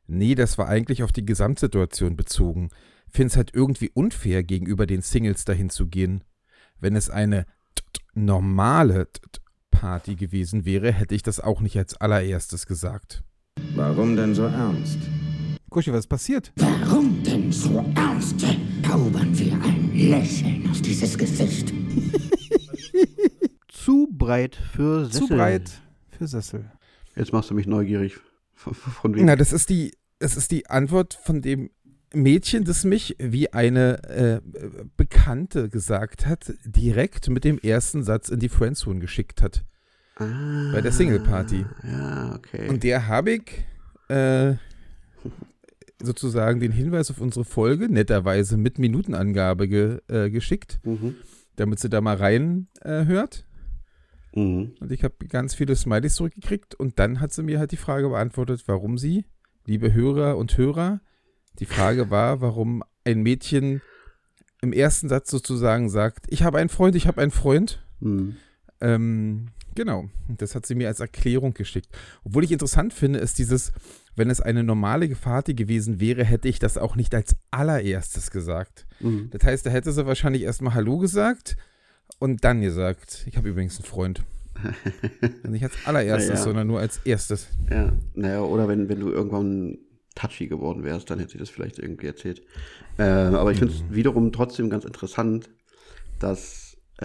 Nee, das war eigentlich auf die Gesamtsituation bezogen. Finde es halt irgendwie unfair, gegenüber den Singles dahin zu gehen. Wenn es eine normale Party gewesen wäre, hätte ich das auch nicht als allererstes gesagt. Warum denn so ernst? Kuschi, was ist passiert? Warum denn so ernst? Zaubern wir ein Lächeln auf dieses Gesicht. Zu breit für Sessel. Zu breit für Sessel. Jetzt machst du mich neugierig. Von wem? Na, das ist die Antwort von dem Mädchen, das mich, wie eine Bekannte gesagt hat, direkt mit dem ersten Satz in die Friendzone geschickt hat. Bei der Single-Party. Ja, okay. Und der habe ich sozusagen den Hinweis auf unsere Folge netterweise mit Minutenangabe geschickt, damit sie da mal rein hört. Und ich habe ganz viele Smileys zurückgekriegt und dann hat sie mir halt die Frage beantwortet, warum sie, liebe Hörer und Hörer, die Frage war, warum ein Mädchen im ersten Satz sozusagen sagt, ich habe einen Freund. Genau, das hat sie mir als Erklärung geschickt. Obwohl ich interessant finde, ist dieses, wenn es eine normale Party gewesen wäre, hätte ich das auch nicht als allererstes gesagt. Das heißt, da hätte sie wahrscheinlich erstmal Hallo gesagt und dann gesagt, ich habe übrigens einen Freund. Nicht als allererstes, sondern nur als erstes. Ja, naja, oder wenn du irgendwann touchy geworden wärst, dann hätte sie das vielleicht irgendwie erzählt. Aber ich finde es wiederum trotzdem ganz interessant, dass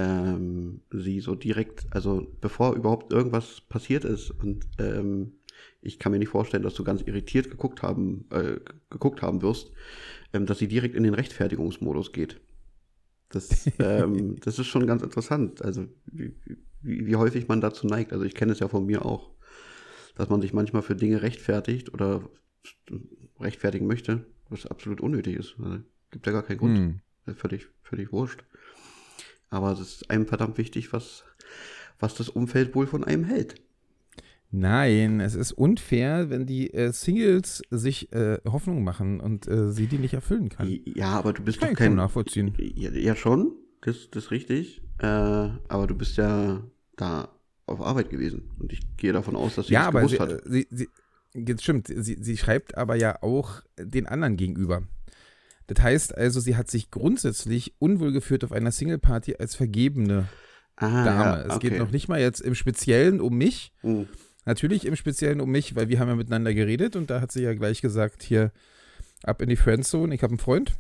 sie so direkt, also bevor überhaupt irgendwas passiert ist und ich kann mir nicht vorstellen, dass du ganz irritiert geguckt haben wirst, dass sie direkt in den Rechtfertigungsmodus geht. Das ist schon ganz interessant, also wie häufig man dazu neigt. Also ich kenne es ja von mir auch, dass man sich manchmal für Dinge rechtfertigt oder rechtfertigen möchte, was absolut unnötig ist. Also, gibt ja gar keinen Grund. Völlig wurscht. Aber es ist einem verdammt wichtig, was das Umfeld wohl von einem hält. Nein, es ist unfair, wenn die Singles sich Hoffnung machen und sie die nicht erfüllen kann. Ja, aber du bist kann doch kein... nachvollziehen. Ja schon, das ist richtig. Aber du bist ja da auf Arbeit gewesen. Und ich gehe davon aus, dass sie das gewusst hat. Das stimmt, sie schreibt aber ja auch den anderen gegenüber. Das heißt also, sie hat sich grundsätzlich unwohl gefühlt auf einer Single-Party als vergebene Dame. Ja, okay. Es geht noch nicht mal jetzt im Speziellen um mich. Natürlich im Speziellen um mich, weil wir haben ja miteinander geredet und da hat sie ja gleich gesagt, hier ab in die Friendzone, ich habe einen Freund.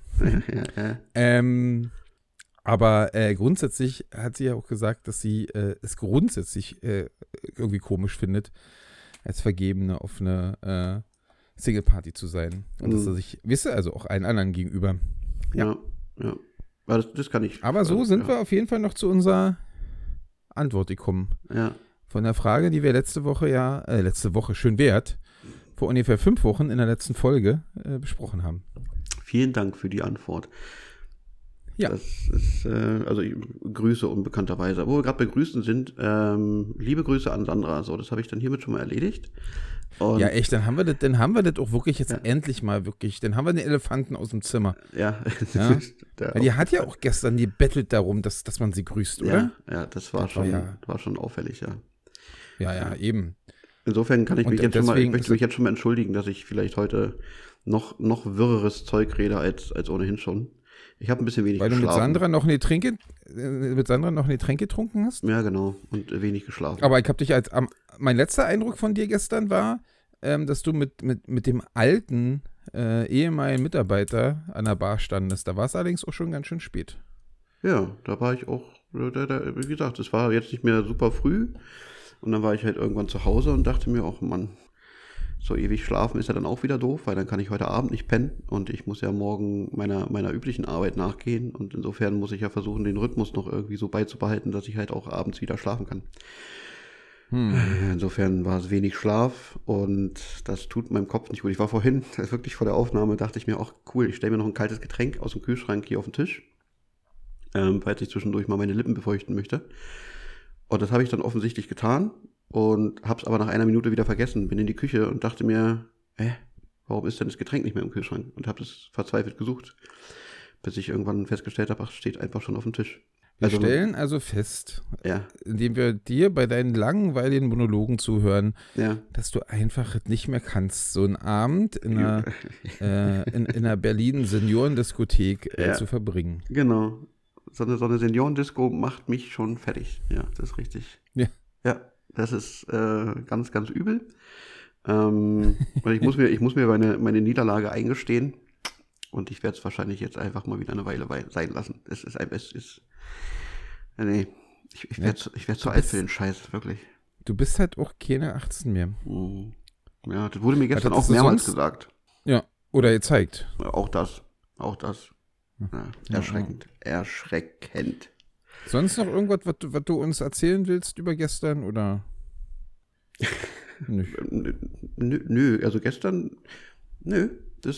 Aber grundsätzlich hat sie ja auch gesagt, dass sie es grundsätzlich irgendwie komisch findet, als Vergebene auf eine Single-Party zu sein. Und dass er sich wisse, also auch allen anderen gegenüber. Ja. Aber das kann ich. Aber so sind wir auf jeden Fall noch zu unserer Antwort gekommen. Ja. Von der Frage, die wir letzte Woche schön wert, vor ungefähr 5 Wochen in der letzten Folge besprochen haben. Vielen Dank für die Antwort. Ja. Das ist, Grüße unbekannterweise. Wo wir gerade bei Grüßen sind, liebe Grüße an Sandra. So, das habe ich dann hiermit schon mal erledigt. Und ja, echt, dann haben wir das auch wirklich jetzt endlich mal wirklich. Dann haben wir den Elefanten aus dem Zimmer. Ja. Weil die hat ja auch gestern gebettelt darum, dass man sie grüßt, oder? Ja, das war schon auffällig, ja. Ja, eben. Insofern kann ich möchte mich jetzt schon mal entschuldigen, dass ich vielleicht heute noch wirreres Zeug rede als ohnehin schon. Ich habe ein bisschen wenig geschlafen. Weil du mit Sandra noch eine Tränke getrunken hast? Ja, genau. Und wenig geschlafen. Aber ich habe dich mein letzter Eindruck von dir gestern war, dass du mit dem alten ehemaligen Mitarbeiter an der Bar standest. Da war es allerdings auch schon ganz schön spät. Ja, da war ich auch, wie gesagt, es war jetzt nicht mehr super früh. Und dann war ich halt irgendwann zu Hause und dachte mir, ach Mann, so ewig schlafen ist ja dann auch wieder doof, weil dann kann ich heute Abend nicht pennen und ich muss ja morgen meiner üblichen Arbeit nachgehen und insofern muss ich ja versuchen, den Rhythmus noch irgendwie so beizubehalten, dass ich halt auch abends wieder schlafen kann. Insofern war es wenig Schlaf und das tut meinem Kopf nicht gut. Ich war vorhin, wirklich vor der Aufnahme, dachte ich mir, ach cool, ich stelle mir noch ein kaltes Getränk aus dem Kühlschrank hier auf den Tisch, falls ich zwischendurch mal meine Lippen befeuchten möchte. Und das habe ich dann offensichtlich getan und habe es aber nach einer Minute wieder vergessen. Bin in die Küche und dachte mir, warum ist denn das Getränk nicht mehr im Kühlschrank? Und habe es verzweifelt gesucht, bis ich irgendwann festgestellt habe, ach, steht einfach schon auf dem Tisch. Wir stellen also fest, ja. indem wir dir bei deinen langweiligen Monologen zuhören, Ja. dass du einfach nicht mehr kannst, so einen Abend in einer Berlin-Seniorendiskothek zu verbringen. Genau. So eine Seniorendisco macht mich schon fertig. Ja, das ist richtig. Ja. Ja, das ist ganz, ganz übel. Und ich muss mir meine Niederlage eingestehen. Und ich werde es wahrscheinlich jetzt einfach mal wieder eine Weile sein lassen. Nee, ich werd zu alt für den Scheiß, wirklich. Du bist halt auch keine 18 mehr. Ja, das wurde mir gestern auch mehrmals gesagt. Ja, oder gezeigt. Auch das. Ja, erschreckend. Sonst noch irgendwas, was du uns erzählen willst über gestern, oder? Nicht. Nö, also gestern, nö.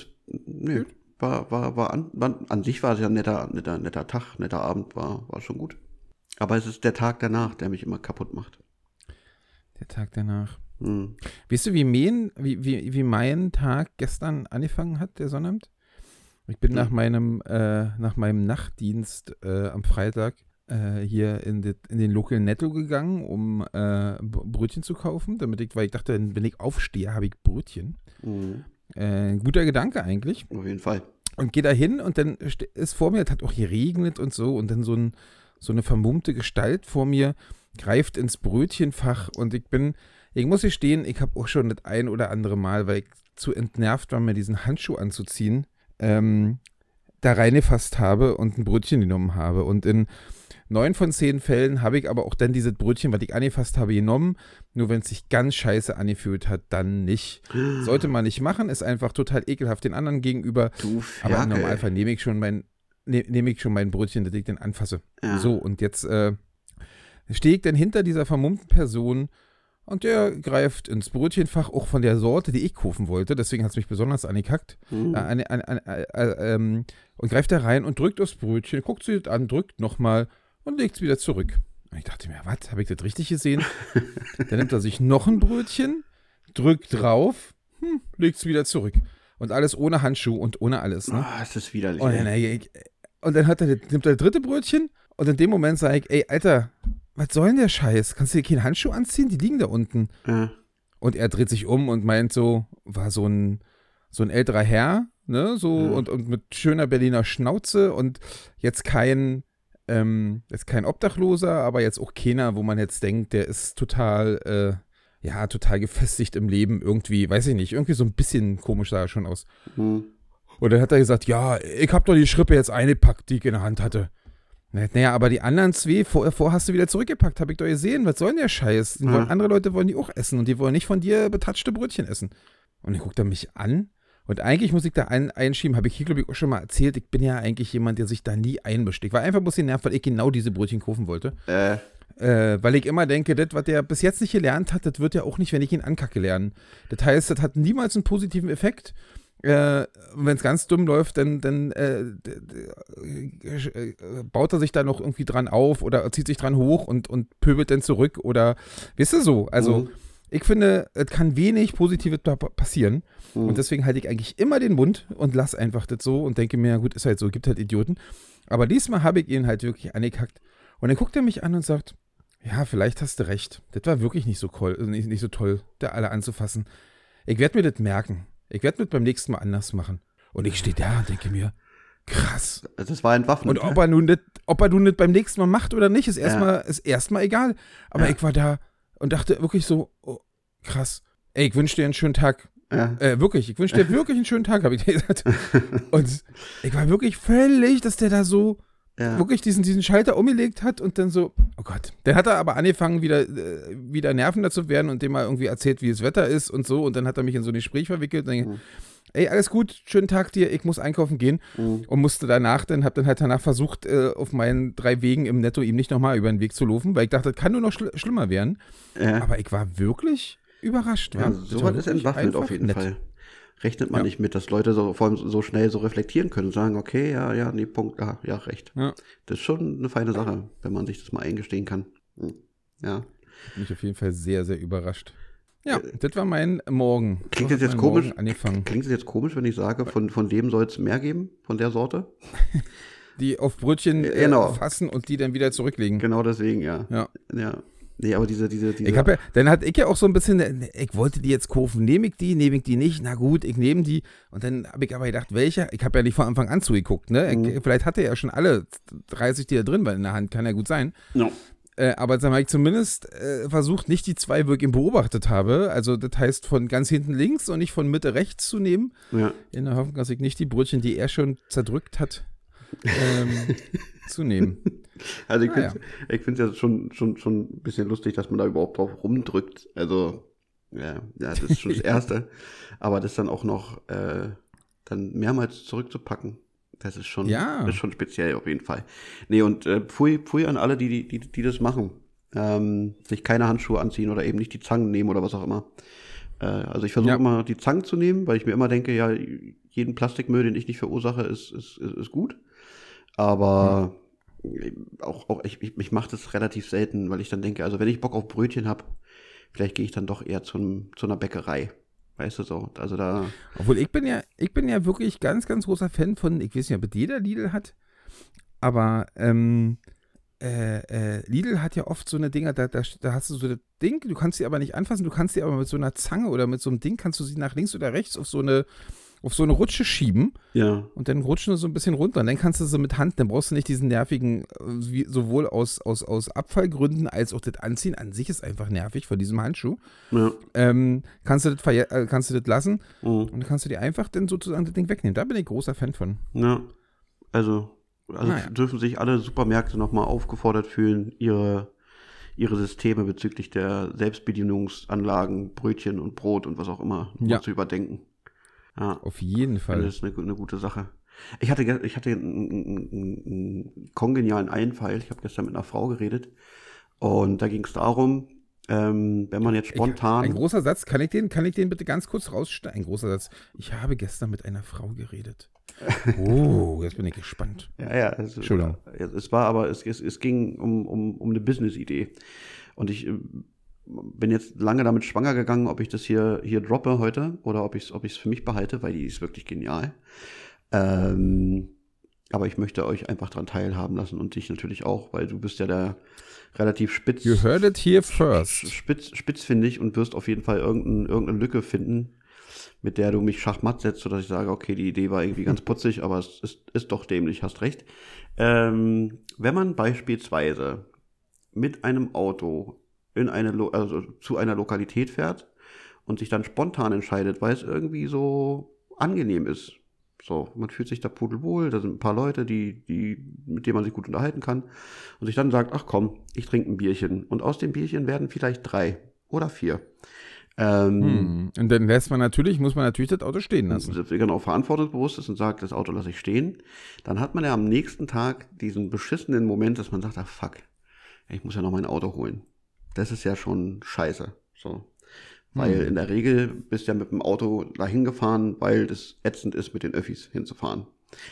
An sich war es ja ein netter Tag, netter Abend, war schon gut. Aber es ist der Tag danach, der mich immer kaputt macht. Der Tag danach. Weißt du, wie mein Tag gestern angefangen hat, der Sonnabend? Ich bin nach meinem Nachtdienst am Freitag hier in den Local Netto gegangen, um Brötchen zu kaufen, weil ich dachte, wenn ich aufstehe, habe ich Brötchen. Guter Gedanke eigentlich. Auf jeden Fall. Und gehe da hin und dann ist vor mir, es hat auch geregnet und so, und dann so eine vermummte Gestalt vor mir greift ins Brötchenfach, und ich muss hier stehen, ich habe auch schon das ein oder andere Mal, weil ich zu entnervt war, mir diesen Handschuh anzuziehen, da reingefasst habe und ein Brötchen genommen habe. Und in 9 von 10 Fällen habe ich aber auch dann dieses Brötchen, was ich angefasst habe, genommen. Nur wenn es sich ganz scheiße angefühlt hat, dann nicht. Sollte man nicht machen, ist einfach total ekelhaft den anderen gegenüber. Aber im Normalfall nehme ich schon mein Brötchen, das ich dann anfasse. Ja. So, und jetzt stehe ich dann hinter dieser vermummten Person, und der greift ins Brötchenfach, auch von der Sorte, die ich kaufen wollte. Deswegen hat es mich besonders angekackt. Und greift da rein und drückt aufs Brötchen, guckt sich das an, drückt nochmal und legt es wieder zurück. Und ich dachte mir, was, habe ich das richtig gesehen? Dann nimmt er sich noch ein Brötchen, drückt drauf, legt es wieder zurück. Und alles ohne Handschuh und ohne alles. Ne? Das ist widerlich. Und dann nimmt er das dritte Brötchen, und in dem Moment sage ich, ey, Alter, was soll denn der Scheiß? Kannst du dir keinen Handschuh anziehen? Die liegen da unten. Ja. Und er dreht sich um und meint war so ein älterer Herr, ne, und mit schöner Berliner Schnauze, und jetzt kein Obdachloser, aber jetzt auch keiner, wo man jetzt denkt, der ist total gefestigt im Leben, irgendwie, weiß ich nicht, irgendwie so ein bisschen komisch sah er schon aus. Und dann hat er gesagt, ja, ich hab doch die Schrippe jetzt eingepackt, die ich in der Hand hatte. Naja, aber die anderen 2 vorher hast du wieder zurückgepackt, hab ich doch gesehen. Was soll denn der Scheiß? Andere Leute wollen die auch essen, und die wollen nicht von dir betatschte Brötchen essen. Und dann guckt er mich an, und eigentlich muss ich da einschieben, habe ich hier, glaube ich, auch schon mal erzählt, ich bin ja eigentlich jemand, der sich da nie einmischt. Ich war einfach bloß genervt, weil ich genau diese Brötchen kaufen wollte. Weil ich immer denke, das, was der bis jetzt nicht gelernt hat, das wird ja auch nicht, wenn ich ihn ankacke, lernen. Das heißt, das hat niemals einen positiven Effekt. Wenn es ganz dumm läuft, dann baut er sich da noch irgendwie dran auf oder zieht sich dran hoch und pöbelt dann zurück, oder, weißt du, so. Also, ich finde, es kann wenig Positives passieren, und deswegen halte ich eigentlich immer den Mund und lass einfach das so und denke mir, ja gut, ist halt so, gibt halt Idioten. Aber diesmal habe ich ihn halt wirklich angekackt, und dann guckt er mich an und sagt, ja, vielleicht hast du recht, das war wirklich nicht so toll, da alle anzufassen. Ich werde mir das merken. Ich werde das beim nächsten Mal anders machen. Und ich stehe da und denke mir, krass. Das war entwaffnet. Und ob er nun das beim nächsten Mal macht oder nicht, ist erstmal egal. Aber ich war da und dachte wirklich so, oh, krass. Ey, ich wünsche dir einen schönen Tag. Ja. Wirklich, ich wünsche dir wirklich einen schönen Tag, habe ich dir gesagt. Und ich war wirklich völlig, dass der da so wirklich diesen Schalter umgelegt hat, und dann so, oh Gott. Dann hat er aber angefangen, wieder nervender zu werden und dem mal irgendwie erzählt, wie das Wetter ist und so, und dann hat er mich in so ein Gespräch verwickelt. Und ey, alles gut, schönen Tag dir, ich muss einkaufen gehen, und musste danach, hab dann halt danach versucht, auf meinen 3 Wegen im Netto ihm nicht nochmal über den Weg zu laufen, weil ich dachte, das kann nur noch schlimmer werden. Ja. Aber ich war wirklich überrascht. Ja, sowas ist entwaffnet auf jeden Fall. Rechnet man nicht mit, dass Leute vor allem so schnell so reflektieren können und sagen, okay, nee, Punkt, ja, recht. Ja. Das ist schon eine feine Sache, wenn man sich das mal eingestehen kann. Ja. Hat mich auf jeden Fall sehr, sehr überrascht. Ja, das war mein Morgen. Klingt das jetzt komisch? Klingt es jetzt komisch, wenn ich sage, von dem soll es mehr geben, von der Sorte? die auf Brötchen fassen und die dann wieder zurücklegen. Genau deswegen, ja. Nee, aber diese. Dann hatte ich ja auch so ein bisschen, ich wollte die jetzt kaufen, nehme ich die nicht, na gut, ich nehme die. Und dann habe ich aber gedacht, welcher? Ich habe ja nicht von Anfang an zugeguckt, ne? Vielleicht hatte er ja schon alle 30, die da drin waren in der Hand, kann ja gut sein. No. Aber dann habe ich zumindest versucht, nicht die 2 wirklich beobachtet habe. Also das heißt, von ganz hinten links und nicht von Mitte rechts zu nehmen. Ja. In der Hoffnung, dass ich nicht die Brötchen, die er schon zerdrückt hat, zu nehmen. Also ich finde es ja schon ein bisschen lustig, dass man da überhaupt drauf rumdrückt. Also, ja, das ist schon das Erste. Aber das dann auch noch dann mehrmals zurückzupacken, das ist schon speziell auf jeden Fall. Nee, und pfui an alle, die das machen. Sich keine Handschuhe anziehen oder eben nicht die Zangen nehmen oder was auch immer. Also ich versuche immer die Zangen zu nehmen, weil ich mir immer denke, ja, jeden Plastikmüll, den ich nicht verursache, ist gut. Aber ich mache das relativ selten, weil ich dann denke, also wenn ich Bock auf Brötchen habe, vielleicht gehe ich dann doch eher zu einer Bäckerei. Weißt du so? Also da. Obwohl ich bin ja wirklich ganz, ganz großer Fan von, ich weiß nicht, ob jeder Lidl hat, aber Lidl hat ja oft so eine Dinger, da hast du so das Ding, du kannst sie aber nicht anfassen, du kannst sie aber mit so einer Zange oder mit so einem Ding, kannst du sie nach links oder rechts auf so eine Rutsche schieben. Ja. Und dann rutschen sie so ein bisschen runter. Und dann kannst du sie mit Hand, dann brauchst du nicht diesen nervigen, sowohl aus Abfallgründen als auch das Anziehen. An sich ist einfach nervig von diesem Handschuh. Ja. Kannst du das lassen und dann kannst du dir einfach dann sozusagen das Ding wegnehmen. Da bin ich großer Fan von. Ja. Also dürfen sich alle Supermärkte nochmal aufgefordert fühlen, ihre Systeme bezüglich der Selbstbedienungsanlagen, Brötchen und Brot und was auch immer zu überdenken. Ja, auf jeden Fall. Das ist eine gute Sache. Ich hatte einen kongenialen Einfall. Ich habe gestern mit einer Frau geredet und da ging es darum, wenn man jetzt spontan... Ein großer Satz, kann ich den bitte ganz kurz rausstellen? Ein großer Satz. Ich habe gestern mit einer Frau geredet. Oh, jetzt bin ich gespannt. Ja. Entschuldigung. Es ging um eine Business-Idee. Und ich bin jetzt lange damit schwanger gegangen, ob ich das hier droppe heute oder ob ich es für mich behalte, weil die ist wirklich genial. Aber ich möchte euch einfach daran teilhaben lassen und dich natürlich auch, weil du bist ja der relativ spitz. You heard it here first. Spitzfindig und wirst auf jeden Fall irgendeine Lücke finden, mit der du mich schachmatt setzt, sodass ich sage, okay, die Idee war irgendwie ganz putzig, aber es ist doch dämlich, hast recht. Wenn man beispielsweise mit einem Auto zu einer Lokalität fährt und sich dann spontan entscheidet, weil es irgendwie so angenehm ist. So, man fühlt sich da pudelwohl, da sind ein paar Leute, mit denen man sich gut unterhalten kann und sich dann sagt, ach komm, ich trinke ein Bierchen. Und aus dem Bierchen werden vielleicht 3 oder 4. Und dann muss man natürlich das Auto stehen lassen. Wenn man genau verantwortungsbewusst ist und sagt, das Auto lasse ich stehen, dann hat man ja am nächsten Tag diesen beschissenen Moment, dass man sagt, ach fuck, ich muss ja noch mein Auto holen. Das ist ja schon scheiße. So. Weil in der Regel bist du ja mit dem Auto dahin gefahren, weil das ätzend ist, mit den Öffis hinzufahren.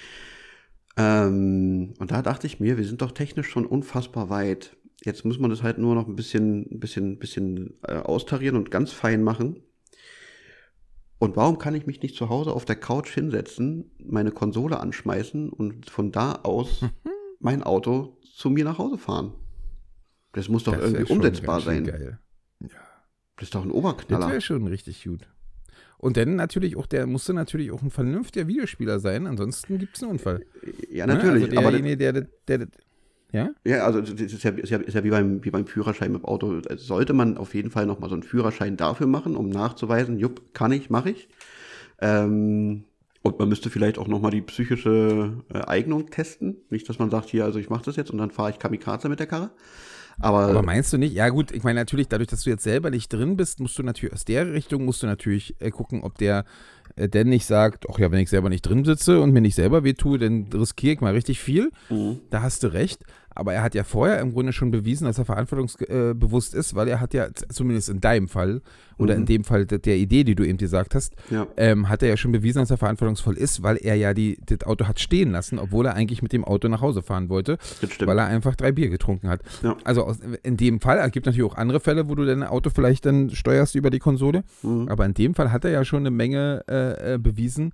Und da dachte ich mir, wir sind doch technisch schon unfassbar weit. Jetzt muss man das halt nur noch ein bisschen austarieren und ganz fein machen. Und warum kann ich mich nicht zu Hause auf der Couch hinsetzen, meine Konsole anschmeißen und von da aus mein Auto zu mir nach Hause fahren? Das muss doch irgendwie umsetzbar sein. Geil. Ja. Das ist doch ein Oberknaller. Das wäre schon richtig gut. Und dann natürlich auch, musste natürlich auch ein vernünftiger Videospieler sein, ansonsten gibt es einen Unfall. Ja, natürlich. Also derjenige, der ja? Ja, also das ist ja wie beim Führerschein mit dem Auto. Also sollte man auf jeden Fall nochmal so einen Führerschein dafür machen, um nachzuweisen, jupp, kann ich, mache ich. Und man müsste vielleicht auch nochmal die psychische Eignung testen. Nicht, dass man sagt, hier, also ich mache das jetzt und dann fahre ich Kamikaze mit der Karre. Aber meinst du nicht? Ja gut, ich meine natürlich, dadurch, dass du jetzt selber nicht drin bist, musst du natürlich aus der Richtung gucken, ob der denn nicht sagt, ach ja, wenn ich selber nicht drin sitze und mir nicht selber wehtue, dann riskiere ich mal richtig viel. Da hast du recht. Aber er hat ja vorher im Grunde schon bewiesen, dass er verantwortungsbewusst ist, weil er hat ja, zumindest in deinem Fall, oder in dem Fall der Idee, die du eben gesagt hast, hat er ja schon bewiesen, dass er verantwortungsvoll ist, weil er ja das Auto hat stehen lassen, obwohl er eigentlich mit dem Auto nach Hause fahren wollte, weil er einfach 3 Bier getrunken hat. Ja. Also in dem Fall, es gibt natürlich auch andere Fälle, wo du dein Auto vielleicht dann steuerst über die Konsole, aber in dem Fall hat er ja schon eine Menge bewiesen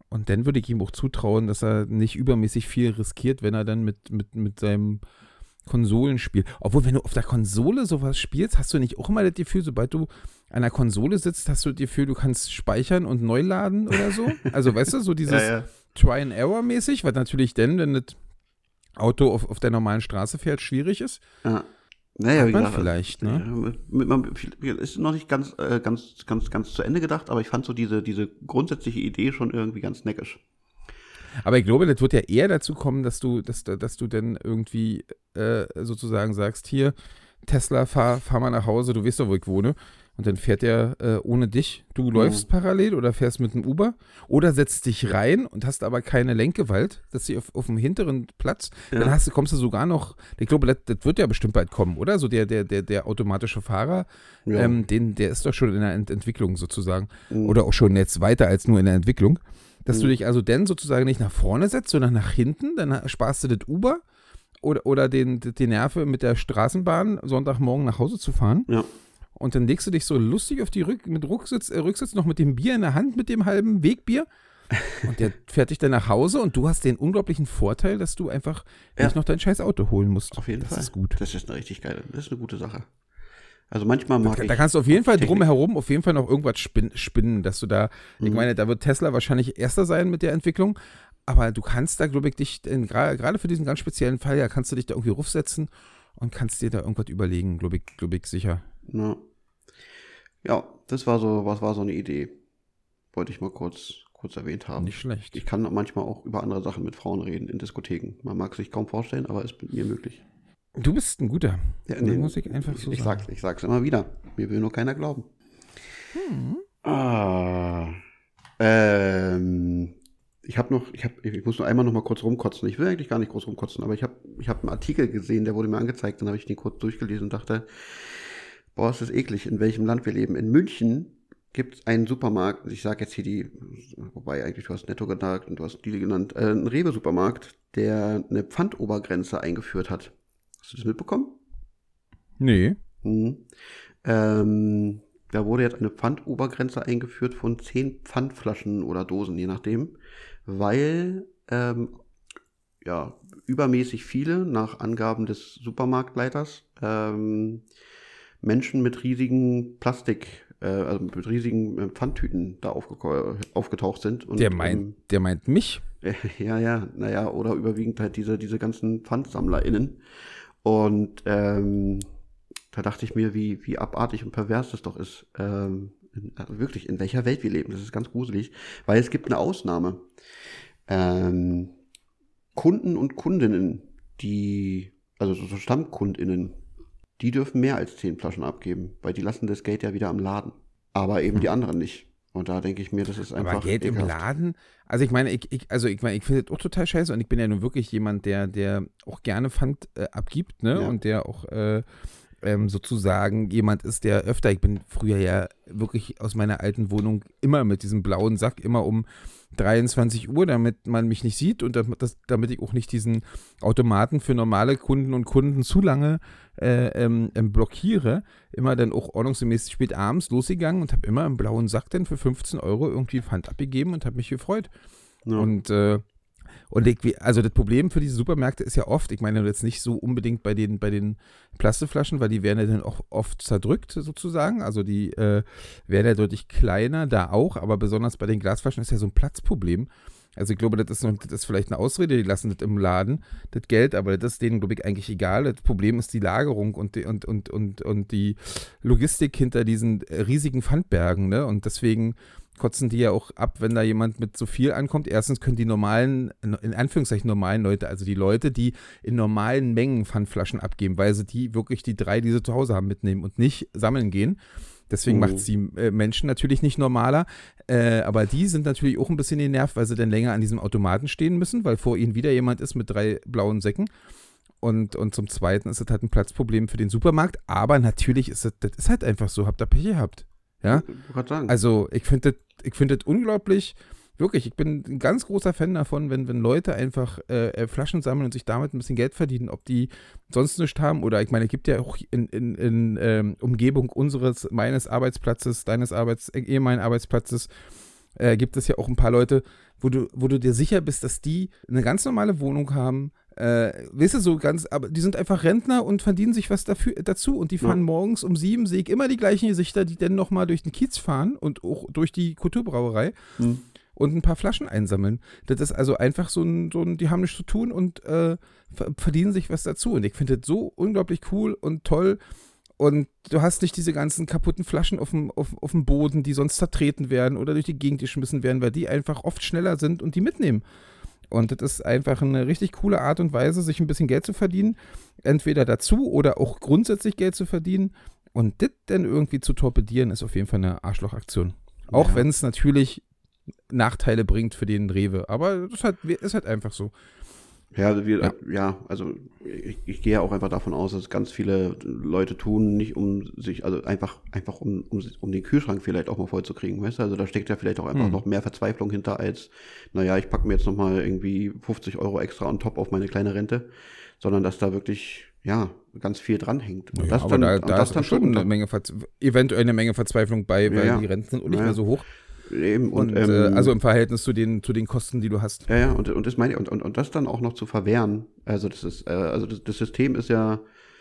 Und dann würde ich ihm auch zutrauen, dass er nicht übermäßig viel riskiert, wenn er dann mit seinem Konsolenspiel. Obwohl, wenn du auf der Konsole sowas spielst, hast du nicht auch immer das Gefühl, sobald du an der Konsole sitzt, hast du das Gefühl, du kannst speichern und neu laden oder so? Also, weißt du, so dieses Try-and-Error-mäßig, was natürlich dann, wenn das Auto auf der normalen Straße fährt, schwierig ist. Ja. Naja, hat wie man gesagt, vielleicht, ne? Ist noch nicht ganz zu Ende gedacht, aber ich fand so diese grundsätzliche Idee schon irgendwie ganz neckisch. Aber ich glaube, das wird ja eher dazu kommen, dass du dann irgendwie sozusagen sagst, hier, Tesla, fahr mal nach Hause, du weißt doch, wo ich wohne. Und dann fährt der ohne dich. Du läufst parallel oder fährst mit einem Uber oder setzt dich rein und hast aber keine Lenkgewalt, dass sie auf dem hinteren Platz, dann kommst du sogar noch, ich glaube, das wird ja bestimmt bald kommen, oder? So der automatische Fahrer, der ist doch schon in der Entwicklung sozusagen. Oder auch schon jetzt weiter als nur in der Entwicklung. Dass du dich also dann sozusagen nicht nach vorne setzt, sondern nach hinten, dann sparst du das Uber oder die Nerven mit der Straßenbahn Sonntagmorgen nach Hause zu fahren. Ja. Und dann legst du dich so lustig auf die Rücksitz noch mit dem Bier in der Hand, mit dem halben Wegbier. Und der fährt dich dann nach Hause und du hast den unglaublichen Vorteil, dass du einfach nicht noch dein scheiß Auto holen musst. Auf jeden Fall. Das ist gut. Das ist eine richtig geile, das ist eine gute Sache. Also manchmal mag ich. Da kannst du auf jeden Fall drumherum auf jeden Fall noch irgendwas spinnen, dass du da, ich meine, da wird Tesla wahrscheinlich Erster sein mit der Entwicklung, aber du kannst da, glaube ich, dich, gerade für diesen ganz speziellen Fall, ja, kannst du dich da irgendwie rufsetzen und kannst dir da irgendwas überlegen, glaube ich sicher. Ja, das war so eine Idee. Wollte ich mal kurz erwähnt haben. Nicht schlecht. Ich kann manchmal auch über andere Sachen mit Frauen reden in Diskotheken. Man mag es sich kaum vorstellen, aber ist mit mir möglich. Du bist ein guter. Ja, muss ich einfach so sagen. Ich sag's immer wieder. Mir will nur keiner glauben. Ich muss nur einmal noch mal kurz rumkotzen. Ich will eigentlich gar nicht groß rumkotzen, aber ich hab einen Artikel gesehen, der wurde mir angezeigt, dann habe ich den kurz durchgelesen und dachte, boah, ist das eklig, in welchem Land wir leben. In München gibt es einen Supermarkt, ich sage jetzt hier wobei eigentlich du hast Netto genannt und du hast Lidl genannt, einen Rewe-Supermarkt, der eine Pfandobergrenze eingeführt hat. Hast du das mitbekommen? Nee. Da wurde jetzt eine Pfandobergrenze eingeführt von 10 Pfandflaschen oder Dosen, je nachdem, weil übermäßig viele, nach Angaben des Supermarktleiters, Menschen mit riesigen mit riesigen Pfandtüten da aufgetaucht sind. Und, der meint mich? Ja, oder überwiegend halt diese ganzen PfandsammlerInnen. Und da dachte ich mir, wie abartig und pervers das doch ist. Wirklich, in welcher Welt wir leben. Das ist ganz gruselig. Weil es gibt eine Ausnahme. Kunden und Kundinnen, also so StammkundInnen, die dürfen mehr als 10 Flaschen abgeben, weil die lassen das Geld ja wieder am Laden. Aber eben die anderen nicht. Und da denke ich mir, das ist einfach. Aber Geld ekelhaft. Im Laden? Also ich meine, ich finde das auch total scheiße und ich bin ja nun wirklich jemand, der auch gerne Pfand abgibt, ne? Ja. Und der auch sozusagen jemand ist, der öfter, ich bin früher ja wirklich aus meiner alten Wohnung immer mit diesem blauen Sack, immer um 23 Uhr, damit man mich nicht sieht und damit ich auch nicht diesen Automaten für normale Kunden und Kunden zu lange blockiere, immer dann auch ordnungsgemäß spät abends losgegangen und habe immer im blauen Sack dann für 15 € irgendwie Pfand abgegeben und habe mich gefreut. Ja. Also das Problem für diese Supermärkte ist ja oft, ich meine jetzt nicht so unbedingt bei den Plastikflaschen, weil die werden ja dann auch oft zerdrückt sozusagen, also die werden ja deutlich kleiner, da auch, aber besonders bei den Glasflaschen ist ja so ein Platzproblem. Also ich glaube, das ist vielleicht eine Ausrede, die lassen das im Laden, das Geld, aber das ist denen, glaube ich, eigentlich egal. Das Problem ist die Lagerung und die Logistik hinter diesen riesigen Pfandbergen, ne? Und deswegen kotzen die ja auch ab, wenn da jemand mit so viel ankommt. Erstens können die normalen, in Anführungszeichen normalen Leute, also die Leute, die in normalen Mengen Pfandflaschen abgeben, weil sie die 3, die sie zu Hause haben, mitnehmen und nicht sammeln gehen. Deswegen macht es die Menschen natürlich nicht normaler, aber die sind natürlich auch ein bisschen genervt, weil sie dann länger an diesem Automaten stehen müssen, weil vor ihnen wieder jemand ist mit 3 blauen Säcken. Und zum Zweiten ist das halt ein Platzproblem für den Supermarkt, aber natürlich das ist halt einfach so, habt ihr Pech gehabt. Ja? Also ich finde das unglaublich, wirklich, ich bin ein ganz großer Fan davon, wenn Leute einfach Flaschen sammeln und sich damit ein bisschen Geld verdienen, ob die sonst nichts haben oder ich meine, es gibt ja auch in Umgebung meines Arbeitsplatzes, deines ehemaligen Arbeitsplatzes gibt es ja auch ein paar Leute, wo du dir sicher bist, dass die eine ganz normale Wohnung haben, weißt du, so ganz, aber die sind einfach Rentner und verdienen sich was dazu und die fahren morgens um 7, sehe ich immer die gleichen Gesichter, die dann nochmal durch den Kiez fahren und auch durch die Kulturbrauerei und ein paar Flaschen einsammeln. Das ist also einfach so ein die haben nichts zu tun und verdienen sich was dazu. Und ich finde das so unglaublich cool und toll. Und du hast nicht diese ganzen kaputten Flaschen auf dem Boden, die sonst zertreten werden oder durch die Gegend geschmissen werden, weil die einfach oft schneller sind und die mitnehmen. Und das ist einfach eine richtig coole Art und Weise, sich ein bisschen Geld zu verdienen. Entweder dazu oder auch grundsätzlich Geld zu verdienen. Und das dann irgendwie zu torpedieren, ist auf jeden Fall eine Arschlochaktion. Auch wenn es natürlich Nachteile bringt für den Rewe. Aber das ist halt einfach so. Also ich gehe ja auch einfach davon aus, dass ganz viele Leute tun, nicht um sich, also einfach um den Kühlschrank vielleicht auch mal voll zu kriegen, weißt du? Also da steckt ja vielleicht auch einfach noch mehr Verzweiflung hinter als, ich packe mir jetzt nochmal irgendwie 50 € extra on top auf meine kleine Rente, sondern dass da wirklich, ganz viel dranhängt. Und das aber dann, da ist dann schon eventuell eine Menge Verzweiflung bei, weil die Renten sind auch nicht mehr so hoch. Eben, also im Verhältnis zu den Kosten, die du hast. Und das meine ich, und das dann auch noch zu verwehren, also das ist, das System ist ja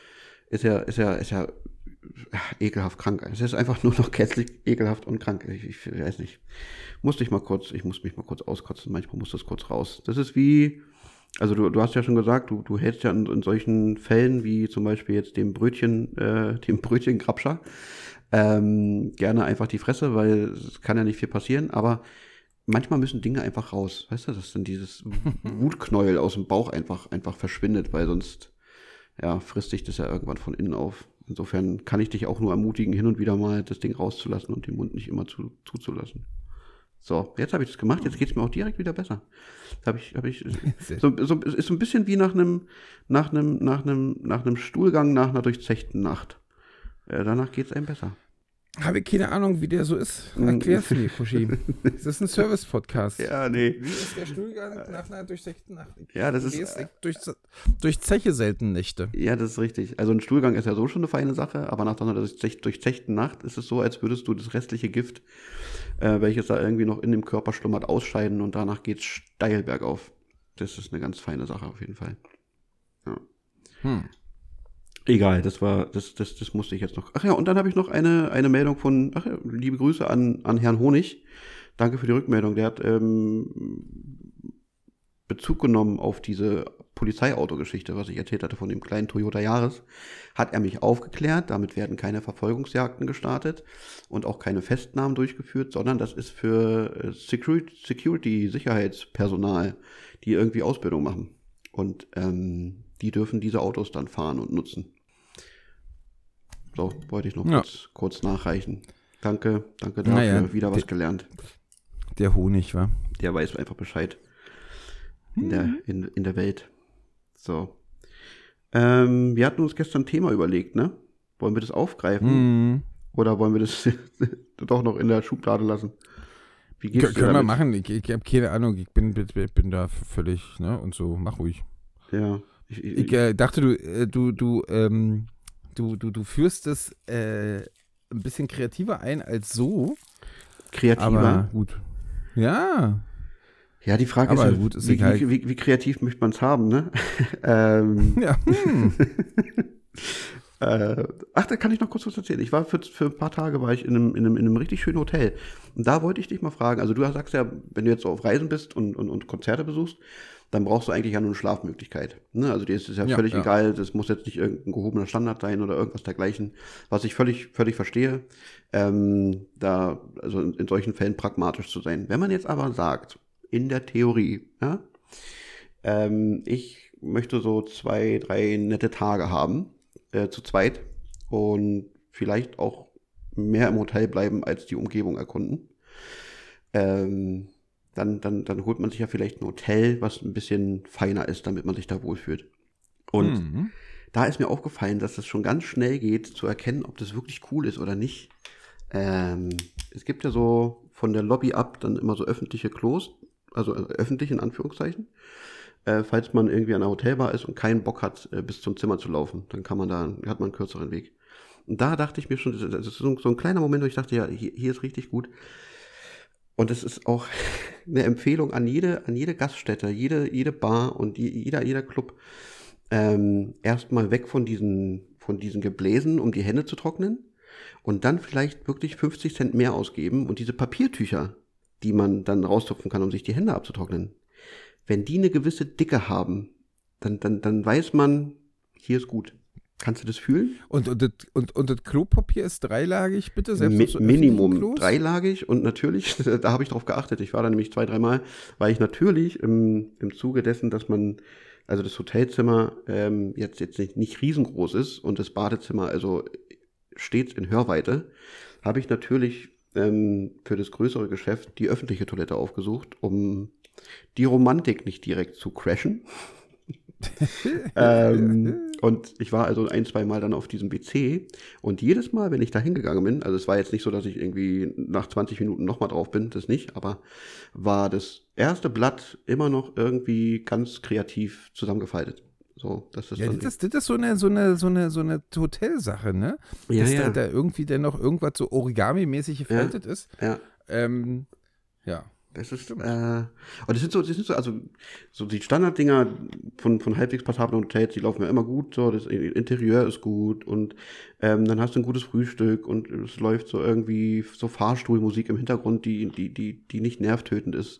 ekelhaft krank. Es ist einfach nur noch gänzlich ekelhaft und krank. Ich weiß nicht. Ich muss mich mal kurz auskotzen, manchmal muss das kurz raus. Das ist wie, also du hast ja schon gesagt, du hältst ja in solchen Fällen, wie zum Beispiel jetzt dem Brötchen Grabscher, gerne einfach die Fresse, weil es kann ja nicht viel passieren, aber manchmal müssen Dinge einfach raus, weißt du, dass dann dieses Wutknäuel aus dem Bauch einfach verschwindet, weil sonst frisst sich das ja irgendwann von innen auf. Insofern kann ich dich auch nur ermutigen, hin und wieder mal das Ding rauszulassen und den Mund nicht immer zuzulassen. So, jetzt habe ich das gemacht, jetzt geht es mir auch direkt wieder besser. Ist so ein bisschen wie nach einem Stuhlgang nach einer durchzechten Nacht. Danach geht es einem besser. Habe ich keine Ahnung, wie der so ist. Erklär's mir, Kuschi. Das ist ein Service-Podcast. Ja, nee. Wie ist der Stuhlgang nach einer durchzechten Nacht? Das ist... Durch Zeche selten Nächte. Ja, das ist richtig. Also ein Stuhlgang ist ja so schon eine feine Sache, aber nach einer durchzechten Nacht ist es so, als würdest du das restliche Gift, welches da irgendwie noch in dem Körper schlummert, ausscheiden und danach geht's steil bergauf. Das ist eine ganz feine Sache auf jeden Fall. Ja. Egal, das musste ich jetzt noch. Ach ja, und dann habe ich noch eine Meldung von, liebe Grüße an Herrn Honig. Danke für die Rückmeldung. Der hat Bezug genommen auf diese Polizeiautogeschichte, was ich erzählt hatte von dem kleinen Toyota Yaris. Hat er mich aufgeklärt, damit werden keine Verfolgungsjagden gestartet und auch keine Festnahmen durchgeführt, sondern das ist für Security, Sicherheitspersonal, die irgendwie Ausbildung machen. Und die dürfen diese Autos dann fahren und nutzen. So, wollte ich noch kurz nachreichen. Danke dafür, wieder was gelernt. Der Honig, wa? Der weiß einfach Bescheid. In der Welt. So. Wir hatten uns gestern ein Thema überlegt, ne? Wollen wir das aufgreifen? Oder wollen wir das doch noch in der Schublade lassen? Wie geht's dir Können wir machen. Ich habe keine Ahnung. Ich bin da völlig, ne? Und so, mach ruhig. Ja. Ich dachte, du führst es ein bisschen kreativer ein als so. Kreativer? Aber gut. Ja. Ja, die Frage aber ist, gut, ist wie kreativ möchte man es haben, ne? Ja. Da kann ich noch kurz was erzählen. Ich war für ein paar Tage in einem richtig schönen Hotel. Und da wollte ich dich mal fragen, also du sagst ja, wenn du jetzt so auf Reisen bist und Konzerte besuchst, dann brauchst du eigentlich ja nur eine Schlafmöglichkeit. Ne? Also dir ist es ja völlig egal, das muss jetzt nicht irgendein gehobener Standard sein oder irgendwas dergleichen, was ich völlig verstehe, also in solchen Fällen pragmatisch zu sein. Wenn man jetzt aber sagt, in der Theorie, ich möchte so 2, 3 nette Tage haben, zu zweit und vielleicht auch mehr im Hotel bleiben, als die Umgebung erkunden, dann holt man sich ja vielleicht ein Hotel, was ein bisschen feiner ist, damit man sich da wohlfühlt. Und da ist mir aufgefallen, dass das schon ganz schnell geht, zu erkennen, ob das wirklich cool ist oder nicht. Es gibt ja so von der Lobby ab dann immer so öffentliche Klos, also öffentlich in Anführungszeichen. Falls man irgendwie an einer Hotelbar ist und keinen Bock hat, bis zum Zimmer zu laufen, dann hat man einen kürzeren Weg. Und da dachte ich mir schon, das ist so ein kleiner Moment, wo ich dachte, ja, hier ist richtig gut. Und es ist auch eine Empfehlung an jede Gaststätte, jede Bar und jeder Club, erstmal weg von diesen Gebläsen, um die Hände zu trocknen und dann vielleicht wirklich 50 Cent mehr ausgeben und diese Papiertücher, die man dann raustupfen kann, um sich die Hände abzutrocknen, wenn die eine gewisse Dicke haben, dann weiß man, hier ist gut. Kannst du das fühlen? Und das Klopapier ist dreilagig, bitte? Selbst so Minimum dreilagig und natürlich, da habe ich drauf geachtet, ich war da nämlich 2-3 Mal, weil ich natürlich im Zuge dessen, dass man, also das Hotelzimmer jetzt nicht riesengroß ist und das Badezimmer also stets in Hörweite, habe ich natürlich für das größere Geschäft die öffentliche Toilette aufgesucht, um die Romantik nicht direkt zu crashen. Und ich war also 1-2 Mal dann auf diesem WC und jedes Mal, wenn ich da hingegangen bin, also es war jetzt nicht so, dass ich irgendwie nach 20 Minuten nochmal drauf bin, das nicht, aber war das erste Blatt immer noch irgendwie ganz kreativ zusammengefaltet. So, das ist das ist so eine Hotelsache, ne? Ja, dass ja. da irgendwie dann noch irgendwas so Origami-mäßig gefaltet ist. Ja. Ja. Das ist, und das sind so, also so die Standarddinger von halbwegs passablen Hotels, die laufen ja immer gut, so, das Interieur ist gut und dann hast du ein gutes Frühstück und es läuft so irgendwie so Fahrstuhlmusik im Hintergrund, die nicht nervtötend ist.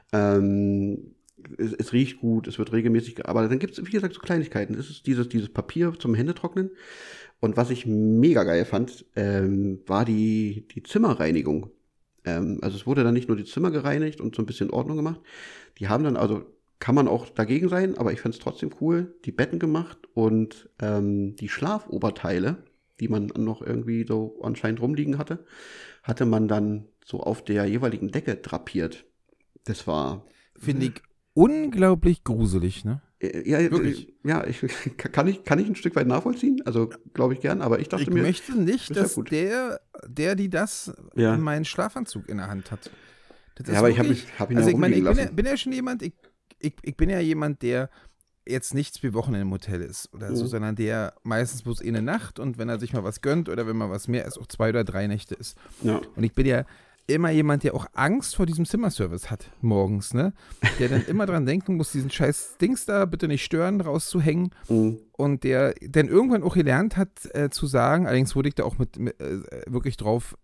Es riecht gut, es wird regelmäßig, aber dann gibt es, wie gesagt, so Kleinigkeiten. Es ist dieses Papier zum Händetrocknen. Und was ich mega geil fand, war die Zimmerreinigung. Also es wurde dann nicht nur die Zimmer gereinigt und so ein bisschen Ordnung gemacht. Die haben dann, also kann man auch dagegen sein, aber ich fand es trotzdem cool, die Betten gemacht und die Schlafoberteile, die man noch irgendwie so anscheinend rumliegen hatte man dann so auf der jeweiligen Decke drapiert. Das war... Finde ich unglaublich gruselig, ne? Ja, wirklich. Ja, kann ich ein Stück weit nachvollziehen, also glaube ich gern, aber ich dachte mir... Ich möchte nicht, dass die das in meinen Schlafanzug in der Hand hat. Ja, aber wirklich, ich habe ihn ja rumliegen lassen. Ich bin ja schon jemand, ich bin ja jemand, der jetzt nichts wie Wochenende im Hotel ist oder so, sondern der meistens bloß eine Nacht und wenn er sich mal was gönnt oder wenn mal was mehr ist, auch 2 oder 3 Nächte ist. Ja. Und ich bin ja immer jemand, der auch Angst vor diesem Zimmerservice hat morgens, ne? Der dann immer dran denken muss, diesen scheiß Dings da bitte nicht stören, rauszuhängen. Und der dann irgendwann auch gelernt hat zu sagen, allerdings wurde ich da auch mit wirklich drauf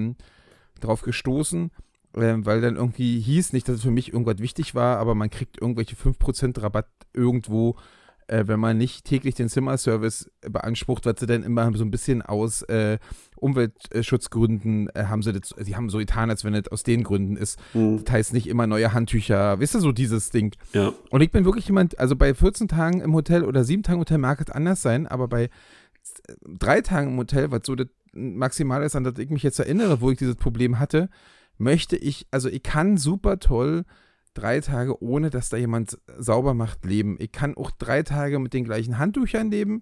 gestoßen, weil dann irgendwie hieß, nicht, dass es für mich irgendwas wichtig war, aber man kriegt irgendwelche 5% Rabatt irgendwo, wenn man nicht täglich den Zimmerservice beansprucht, was sie dann immer so ein bisschen aus Umweltschutzgründen haben sie haben so getan, als wenn es aus den Gründen ist. Das heißt nicht immer neue Handtücher, wisst ihr, so dieses Ding. Ja. Und ich bin wirklich jemand, also bei 14 Tagen im Hotel oder 7 Tagen im Hotel mag es anders sein, aber bei 3 Tagen im Hotel, was so das Maximale ist, an das ich mich jetzt erinnere, wo ich dieses Problem hatte, ich kann super toll 3 Tage, ohne dass da jemand sauber macht, leben. Ich kann auch 3 Tage mit den gleichen Handtüchern leben.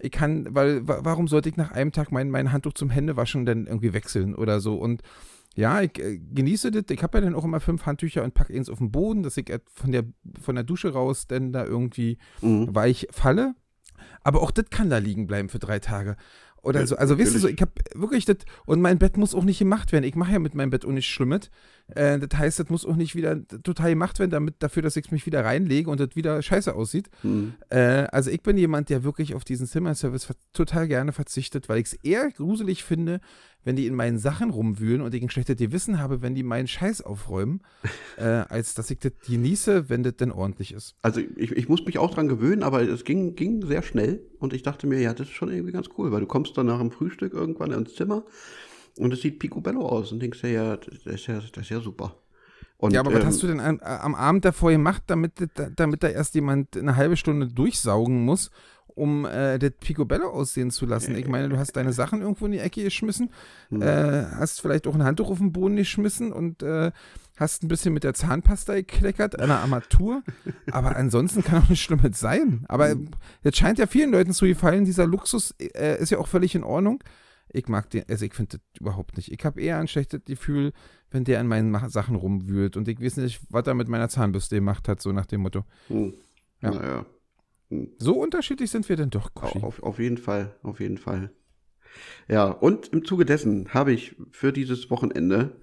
Warum sollte ich nach einem Tag mein Handtuch zum Händewaschen dann irgendwie wechseln oder so? Und ja, ich genieße das. Ich habe ja dann auch immer 5 Handtücher und packe eins auf den Boden, dass ich von der Dusche raus dann da irgendwie weich falle. Aber auch das kann da liegen bleiben für 3 Tage. Oder so, also wisst ihr so, ich habe wirklich das, und mein Bett muss auch nicht gemacht werden. Ich mache ja mit meinem Bett auch nichts Schlimmes. Das heißt, das muss auch nicht wieder total gemacht werden, dafür, dass ich mich wieder reinlege und das wieder scheiße aussieht. Also ich bin jemand, der wirklich auf diesen Zimmerservice total gerne verzichtet, weil ich es eher gruselig finde, wenn die in meinen Sachen rumwühlen und ich ein schlechtes Gewissen habe, wenn die meinen Scheiß aufräumen, als dass ich das genieße, wenn das denn ordentlich ist. Also ich muss mich auch dran gewöhnen, aber es ging sehr schnell und ich dachte mir, ja, das ist schon irgendwie ganz cool, weil du kommst dann nach dem Frühstück irgendwann ins Zimmer und es sieht picobello aus und denkst dir, ja, das ist ja super. Und, ja, aber was hast du denn am Abend davor gemacht, damit da erst jemand eine halbe Stunde durchsaugen muss, um das picobello aussehen zu lassen? Ich meine, du hast deine Sachen irgendwo in die Ecke geschmissen, hast vielleicht auch ein Handtuch auf den Boden geschmissen und hast ein bisschen mit der Zahnpasta gekleckert, eine Armatur, aber ansonsten kann auch nichts Schlimmes sein. Aber jetzt scheint ja vielen Leuten zu gefallen, dieser Luxus ist ja auch völlig in Ordnung. Ich ich finde das überhaupt nicht. Ich habe eher ein schlechtes Gefühl, wenn der an meinen Sachen rumwühlt und ich weiß nicht, was er mit meiner Zahnbürste gemacht hat, so nach dem Motto. Ja. Naja. So unterschiedlich sind wir denn doch, Kuschi. Auf jeden Fall, auf jeden Fall. Ja, und im Zuge dessen habe ich für dieses Wochenende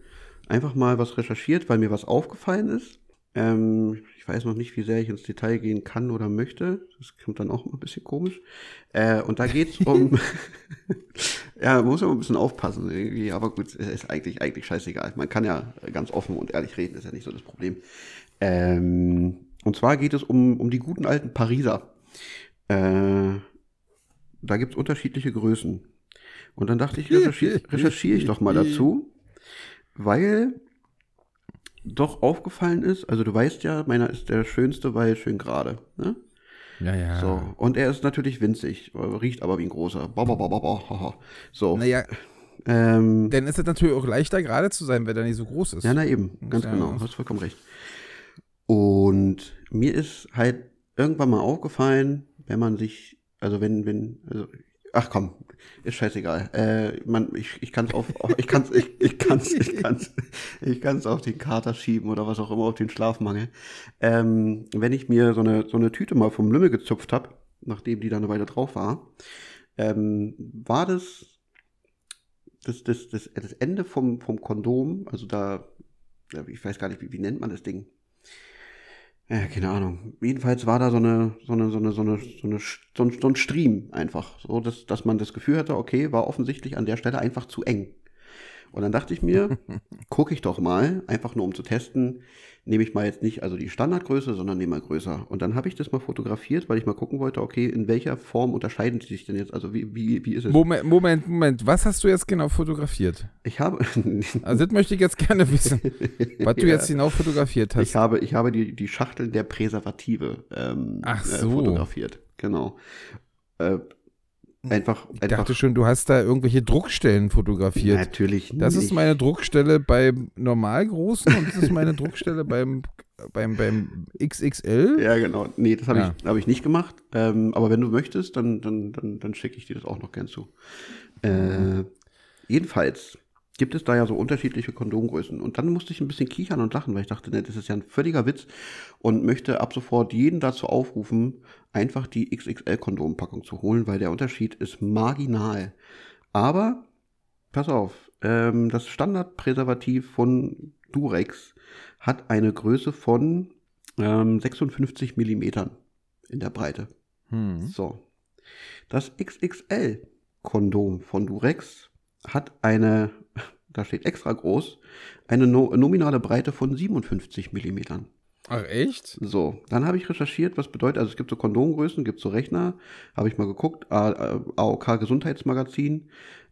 einfach mal was recherchiert, weil mir was aufgefallen ist. Ich weiß noch nicht, wie sehr ich ins Detail gehen kann oder möchte. Das kommt dann auch ein bisschen komisch. Und da geht's um, ja, man muss ja ein bisschen aufpassen irgendwie, aber gut, ist eigentlich scheißegal. Man kann ja ganz offen und ehrlich reden, ist ja nicht so das Problem. Und zwar geht es um die guten alten Pariser. Da gibt's unterschiedliche Größen. Und dann dachte ich, recherchiere ich doch mal dazu, weil doch aufgefallen ist, also du weißt ja, meiner ist der schönste, weil schön gerade, ne? Ja. So, und er ist natürlich winzig, riecht aber wie ein großer. So. Naja, dann ist es natürlich auch leichter, gerade zu sein, wenn er nicht so groß ist. Ja, na eben, ganz genau, hast vollkommen recht. Und mir ist halt irgendwann mal aufgefallen, wenn man sich, also ach komm, ist scheißegal. Ich kann's auf den Kater schieben oder was auch immer, auf den Schlafmangel. Wenn ich mir so eine Tüte mal vom Lümmel gezupft habe, nachdem die da eine Weile drauf war, war das Ende vom Kondom, also da, ich weiß gar nicht, wie nennt man das Ding? Ja, keine Ahnung. Jedenfalls war da so ein Stream einfach. So, dass man das Gefühl hatte, okay, war offensichtlich an der Stelle einfach zu eng. Und dann dachte ich mir, gucke ich doch mal, einfach nur um zu testen, nehme ich mal jetzt nicht also die Standardgröße, sondern nehme mal größer. Und dann habe ich das mal fotografiert, weil ich mal gucken wollte, okay, in welcher Form unterscheiden die sich denn jetzt? Also wie ist es? Moment, was hast du jetzt genau fotografiert? Ich habe... Also das möchte ich jetzt gerne wissen, was du jetzt genau fotografiert hast. Ich habe die Schachteln der Präservative fotografiert. Genau. Ich dachte schon, du hast da irgendwelche Druckstellen fotografiert. Natürlich nicht. Das ist meine Druckstelle beim Normalgroßen und das ist meine Druckstelle beim XXL. Ja, genau. Nee, das hab ich nicht gemacht. Aber wenn du möchtest, dann schicke ich dir das auch noch gern zu. Jedenfalls gibt es da ja so unterschiedliche Kondomgrößen. Und dann musste ich ein bisschen kichern und lachen, weil ich dachte, das ist ja ein völliger Witz und möchte ab sofort jeden dazu aufrufen, einfach die XXL-Kondompackung zu holen, weil der Unterschied ist marginal. Aber, pass auf, das Standardpräservativ von Durex hat eine Größe von 56 Millimetern in der Breite. So. Das XXL-Kondom von Durex hat eine, da steht extra groß, eine nominale Breite von 57 Millimetern. Ach, echt? So, dann habe ich recherchiert, was bedeutet, also es gibt so Kondomgrößen, gibt so Rechner, habe ich mal geguckt, AOK Gesundheitsmagazin,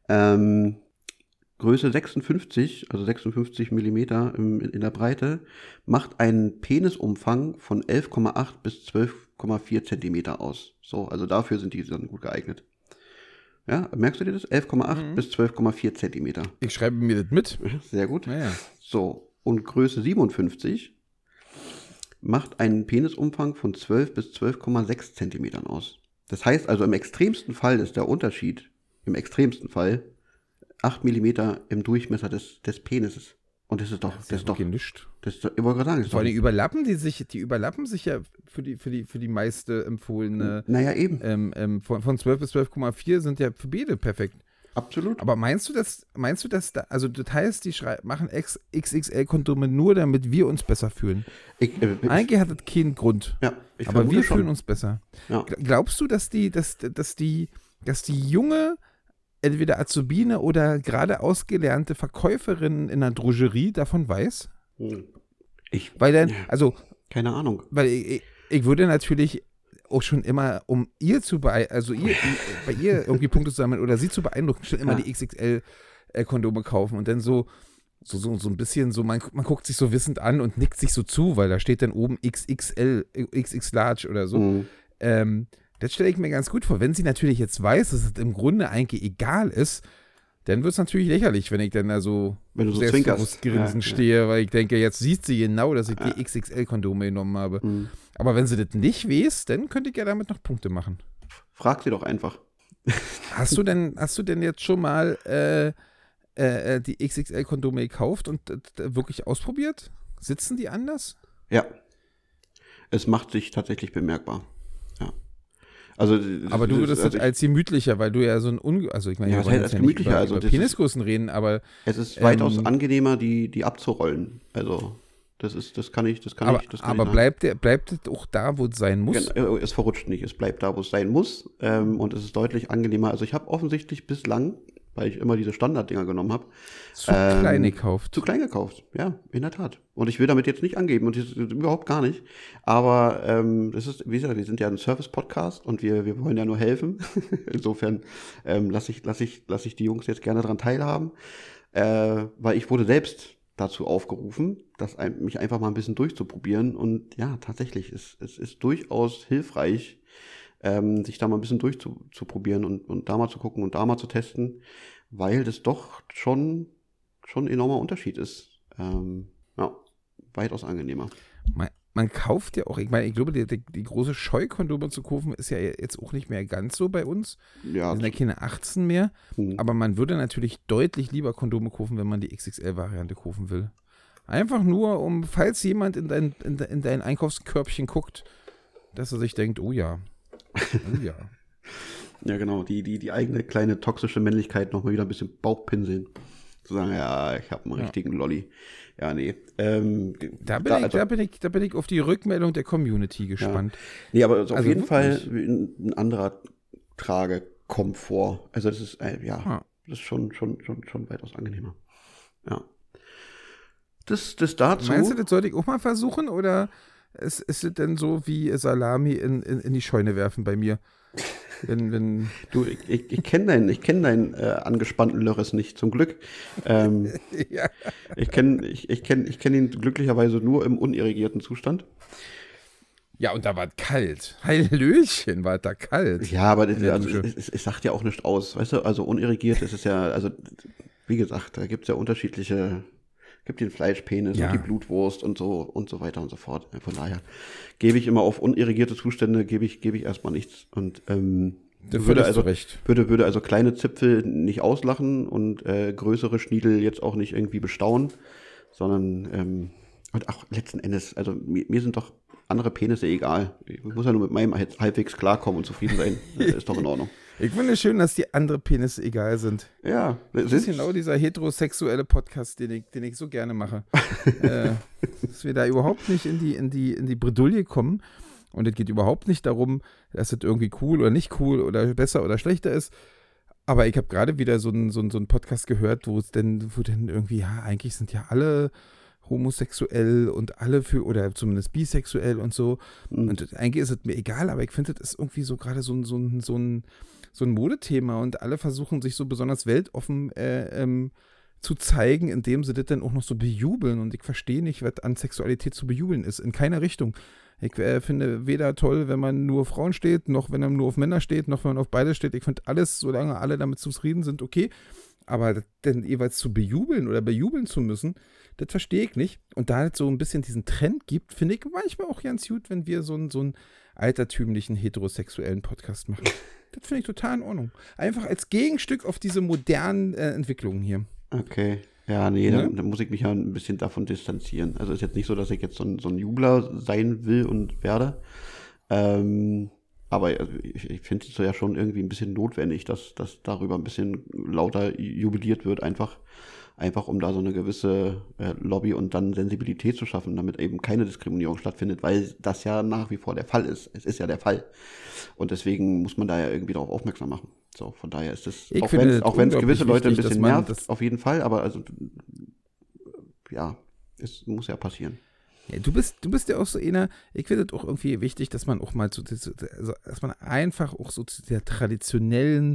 Größe 56, also 56 Millimeter in der Breite, macht einen Penisumfang von 11,8 bis 12,4 Zentimeter aus. So, also dafür sind die dann gut geeignet. Ja, merkst du dir das? 11,8 bis 12,4 Zentimeter. Ich schreibe mir das mit. Sehr gut. Ja. So, und Größe 57 macht einen Penisumfang von 12 bis 12,6 Zentimetern aus. Das heißt also, im extremsten Fall ist der Unterschied, 8 Millimeter im Durchmesser des Penises. Und das ist doch, ich wollte gerade sagen. Vor allem überlappen sich ja für die meiste empfohlene. Naja, eben. Von 12 bis 12,4 sind ja für beide perfekt. Absolut. Aber meinst du, dass da, also das heißt, die machen XXL-Kondome nur, damit wir uns besser fühlen? Eigentlich hat das keinen Grund. Ja, aber wir fühlen uns besser. Ja. Glaubst du, dass die junge, entweder Azubine oder gerade ausgelernte Verkäuferin in der Drogerie davon weiß? Keine Ahnung. Weil ich würde natürlich auch schon immer, um ihr bei ihr irgendwie Punkte zu sammeln oder sie zu beeindrucken, schon immer die XXL-Kondome kaufen und dann so ein bisschen so, man guckt sich so wissend an und nickt sich so zu, weil da steht dann oben XXL, XX Large oder so. Das stelle ich mir ganz gut vor. Wenn sie natürlich jetzt weiß, dass es im Grunde eigentlich egal ist, dann wird es natürlich lächerlich, wenn ich dann da so selbstbewusst grinsen stehe, weil ich denke, jetzt sieht sie genau, dass ich die XXL-Kondome genommen habe. Aber wenn sie das nicht weiß, dann könnte ich ja damit noch Punkte machen. Frag sie doch einfach. Hast du denn jetzt schon mal die XXL-Kondome gekauft und wirklich ausprobiert? Sitzen die anders? Ja. Es macht sich tatsächlich bemerkbar. Ja. Also, aber du würdest das als gemütlicher, weil du ja so ein also ich meine, ja, wir wollen als jetzt ja nicht gemütlicher, also über Penisgrößen reden, aber es ist weitaus angenehmer, die abzurollen. Also das kann ich aber bleibt es auch da, wo es sein muss? Es verrutscht nicht, es bleibt da, wo es sein muss, und es ist deutlich angenehmer. Also ich habe offensichtlich bislang, weil ich immer diese Standarddinger genommen habe, zu klein gekauft. Zu klein gekauft, ja, in der Tat. Und ich will damit jetzt nicht angeben und das überhaupt gar nicht. Aber das ist, wie gesagt, wir sind ja ein Service-Podcast und wir wollen ja nur helfen. Insofern lasse ich die Jungs jetzt gerne daran teilhaben, weil ich wurde selbst dazu aufgerufen, mich einfach mal ein bisschen durchzuprobieren. Und ja, tatsächlich, es ist durchaus hilfreich, sich da mal ein bisschen durchzuprobieren und da mal zu gucken und da mal zu testen, weil das doch schon ein enormer Unterschied ist. Ja, weitaus angenehmer. Man kauft ja auch, ich meine, ich glaube, die große Scheu, Kondome zu kaufen, ist ja jetzt auch nicht mehr ganz so bei uns. Ja. Wir sind ja keine 18 mehr, aber man würde natürlich deutlich lieber Kondome kaufen, wenn man die XXL-Variante kaufen will. Einfach nur, falls jemand in dein Einkaufskörbchen guckt, dass er sich denkt, oh ja. Ja, genau, die eigene kleine toxische Männlichkeit nochmal wieder ein bisschen Bauchpinseln. Zu sagen, ja, ich habe einen richtigen Lolli. Ja, nee. Da bin ich auf die Rückmeldung der Community gespannt. Ja. Nee, aber auf jeden Fall ein anderer Tragekomfort. Also das ist, das ist schon weitaus angenehmer. Ja. Das dazu. Meinst du, das sollte ich auch mal versuchen? Oder ist es denn so wie Salami in die Scheune werfen bei mir? Wenn du, ich kenne deinen angespannten Lörres nicht, zum Glück. Ja. Ich kenn ihn glücklicherweise nur im unirrigierten Zustand. Ja, und da war es kalt. Hallöchen, war da kalt. Ja, aber es sagt ja auch nicht aus, weißt du? Also unirrigiert ist es ja, also wie gesagt, da gibt es ja unterschiedliche. Gibt den Fleischpenis und die Blutwurst und so weiter und so fort. Von daher gebe ich immer auf unirrigierte Zustände, gebe ich erstmal nichts. Und würde also kleine Zipfel nicht auslachen und größere Schniedel jetzt auch nicht irgendwie bestaunen, sondern und auch letzten Endes, also mir sind doch andere Penisse egal. Ich muss ja nur mit meinem halbwegs klarkommen und zufrieden sein. Ist doch in Ordnung. Ich finde es schön, dass die anderen Penisse egal sind. Ja. Das ist genau dieser heterosexuelle Podcast, den ich so gerne mache. Dass wir da überhaupt nicht in die Bredouille kommen. Und es geht überhaupt nicht darum, dass es irgendwie cool oder nicht cool oder besser oder schlechter ist. Aber ich habe gerade wieder so einen Podcast gehört, wo denn irgendwie, ja, eigentlich sind ja alle homosexuell und alle oder zumindest bisexuell und so. Und eigentlich ist es mir egal, aber ich finde, das ist irgendwie so gerade so ein Modethema und alle versuchen sich so besonders weltoffen zu zeigen, indem sie das dann auch noch so bejubeln. Und ich verstehe nicht, was an Sexualität zu bejubeln ist. In keiner Richtung. Ich finde weder toll, wenn man nur auf Frauen steht, noch wenn man nur auf Männer steht, noch wenn man auf beide steht. Ich finde alles, solange alle damit zufrieden sind, okay. Aber dann jeweils zu bejubeln oder bejubeln zu müssen, das verstehe ich nicht. Und da es so ein bisschen diesen Trend gibt, finde ich manchmal auch ganz gut, wenn wir so einen altertümlichen heterosexuellen Podcast machen. Das finde ich total in Ordnung. Einfach als Gegenstück auf diese modernen Entwicklungen hier. Okay. Ja, nee, dann muss ich mich ja ein bisschen davon distanzieren. Also ist jetzt nicht so, dass ich jetzt so ein Jubler sein will und werde. Aber ich finde es ja schon irgendwie ein bisschen notwendig, dass darüber ein bisschen lauter jubiliert wird, einfach um da so eine gewisse Lobby und dann Sensibilität zu schaffen, damit eben keine Diskriminierung stattfindet, weil das ja nach wie vor der Fall ist. Es ist ja der Fall. Und deswegen muss man da ja irgendwie darauf aufmerksam machen. So, von daher ist es, auch wenn es gewisse Leute ein bisschen nervt, auf jeden Fall, aber also, ja, es muss ja passieren. Ja, du bist ja auch so einer, ich finde es auch irgendwie wichtig, dass man auch mal dass man einfach auch so zu der traditionellen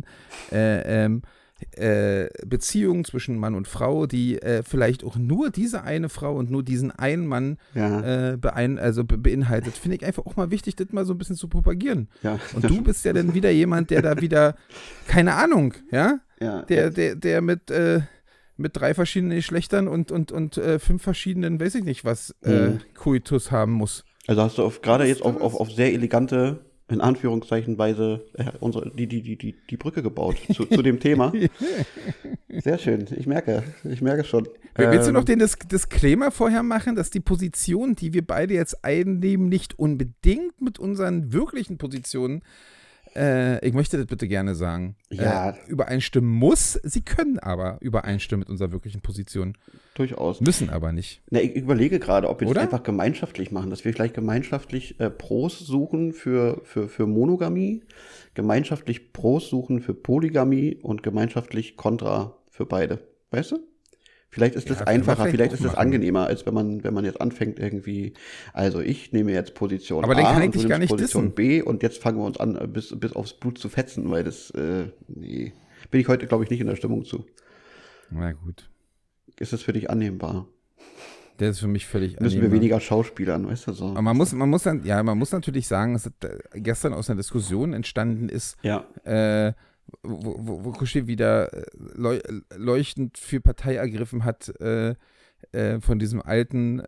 Beziehung zwischen Mann und Frau, die vielleicht auch nur diese eine Frau und nur diesen einen Mann beinhaltet, finde ich einfach auch mal wichtig, das mal so ein bisschen zu propagieren. Ja, und du bist ja dann wieder jemand, der da wieder, keine Ahnung, ja? Der mit 3 verschiedenen Geschlechtern und 5 verschiedenen, weiß ich nicht was, Koitus haben muss. Also hast du gerade jetzt auf sehr elegante, in Anführungszeichen Weise, die Brücke gebaut zu dem Thema. Sehr schön, ich merke schon. Willst du noch den Disclaimer vorher machen, dass die Position, die wir beide jetzt einnehmen, nicht unbedingt mit unseren wirklichen Positionen ich möchte das bitte gerne sagen, Ja. Übereinstimmen muss, sie können aber übereinstimmen mit unserer wirklichen Position. Durchaus. Müssen aber nicht. Na, ich überlege gerade, ob wir Oder? das einfach gemeinschaftlich machen, dass wir vielleicht gemeinschaftlich Pros suchen für Monogamie, gemeinschaftlich Pros suchen für Polygamie und gemeinschaftlich Kontra für beide. Weißt du? Vielleicht ist das einfacher, vielleicht ist das angenehmer, als wenn man jetzt anfängt irgendwie, also ich nehme jetzt Position aber A dann kann ich und du dich gar nimmst nicht Position dissen. B und jetzt fangen wir uns an, bis aufs Blut zu fetzen, weil das, nee, bin ich heute, glaube ich, nicht in der Stimmung zu. Na gut. Ist das für dich annehmbar? Der ist für mich völlig Müssen wir weniger schauspielern, weißt du so? Aber man muss natürlich sagen, dass gestern aus einer Diskussion entstanden ist, Ja. wo Kuschel wieder leuchtend für Partei ergriffen hat, von diesem alten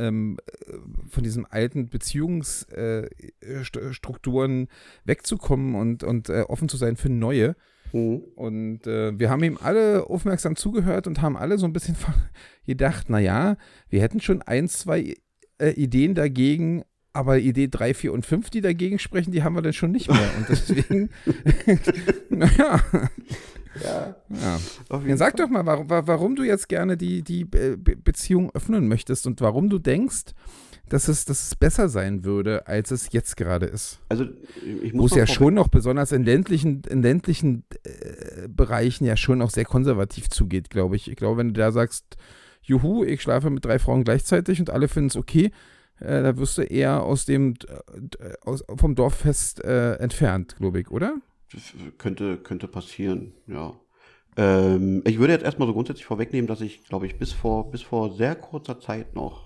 Beziehungsstrukturen wegzukommen und offen zu sein für neue. Und wir haben ihm alle aufmerksam zugehört und haben alle so ein bisschen gedacht, naja, wir hätten schon 1, 2 Ideen dagegen, aber Idee 3, 4 und 5, die dagegen sprechen, die haben wir dann schon nicht mehr. Und deswegen, naja. Ja. Dann sag doch mal, warum du jetzt gerne die Beziehung öffnen möchtest und warum du denkst, dass es besser sein würde, als es jetzt gerade ist. Also ich muss wo es ja schon noch besonders in ländlichen Bereichen ja schon noch sehr konservativ zugeht, glaube ich. Ich glaube, wenn du da sagst, juhu, ich schlafe mit 3 Frauen gleichzeitig und alle finden es okay, da wirst du eher vom Dorffest entfernt, glaube ich, oder? Das könnte passieren, ja. Ich würde jetzt erstmal so grundsätzlich vorwegnehmen, dass ich, glaube ich, bis vor sehr kurzer Zeit noch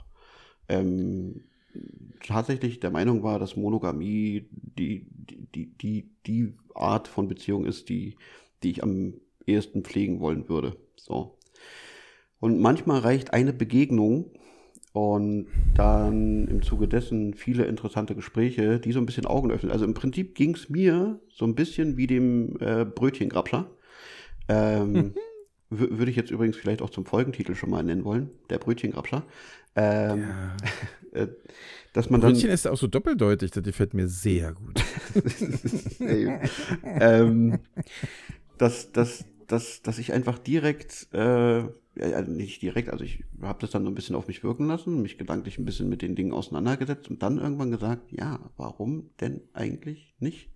tatsächlich der Meinung war, dass Monogamie die Art von Beziehung ist, die ich am ehesten pflegen wollen würde. So. Und manchmal reicht eine Begegnung und dann im Zuge dessen viele interessante Gespräche, die so ein bisschen Augen öffnen. Also im Prinzip ging es mir so ein bisschen wie dem Brötchengrabscher. Würde ich jetzt übrigens vielleicht auch zum Folgentitel schon mal nennen wollen, der Brötchengrabscher. Dass man Brötchen ist auch so doppeldeutig, das gefällt mir sehr gut. Dass ich einfach direkt, nicht direkt, also ich habe das dann so ein bisschen auf mich wirken lassen, mich gedanklich ein bisschen mit den Dingen auseinandergesetzt und dann irgendwann gesagt, ja, warum denn eigentlich nicht?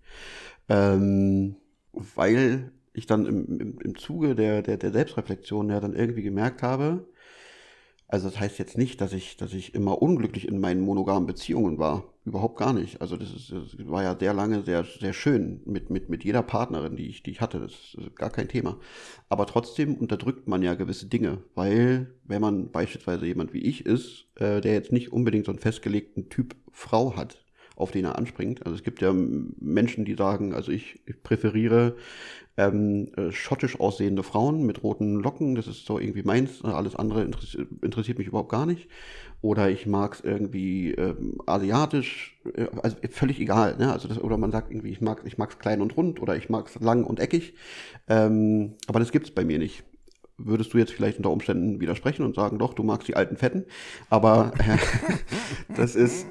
Weil ich dann im Zuge der Selbstreflexion ja dann irgendwie gemerkt habe, also das heißt jetzt nicht, dass ich immer unglücklich in meinen monogamen Beziehungen war. Überhaupt gar nicht. Also das war ja sehr lange sehr, sehr schön mit jeder Partnerin, die ich hatte. Das ist gar kein Thema. Aber trotzdem unterdrückt man ja gewisse Dinge, weil wenn man beispielsweise jemand wie ich ist, der jetzt nicht unbedingt so einen festgelegten Typ Frau hat, auf den er anspringt. Also es gibt ja Menschen, die sagen, also ich präferiere schottisch aussehende Frauen mit roten Locken, das ist so irgendwie meins, alles andere interessiert mich überhaupt gar nicht. Oder ich mag es irgendwie asiatisch, also völlig egal, ne? Also oder man sagt irgendwie, ich mag es klein und rund oder ich mag es lang und eckig, aber das gibt's bei mir nicht. Würdest du jetzt vielleicht unter Umständen widersprechen und sagen, doch, du magst die alten Fetten, aber das ist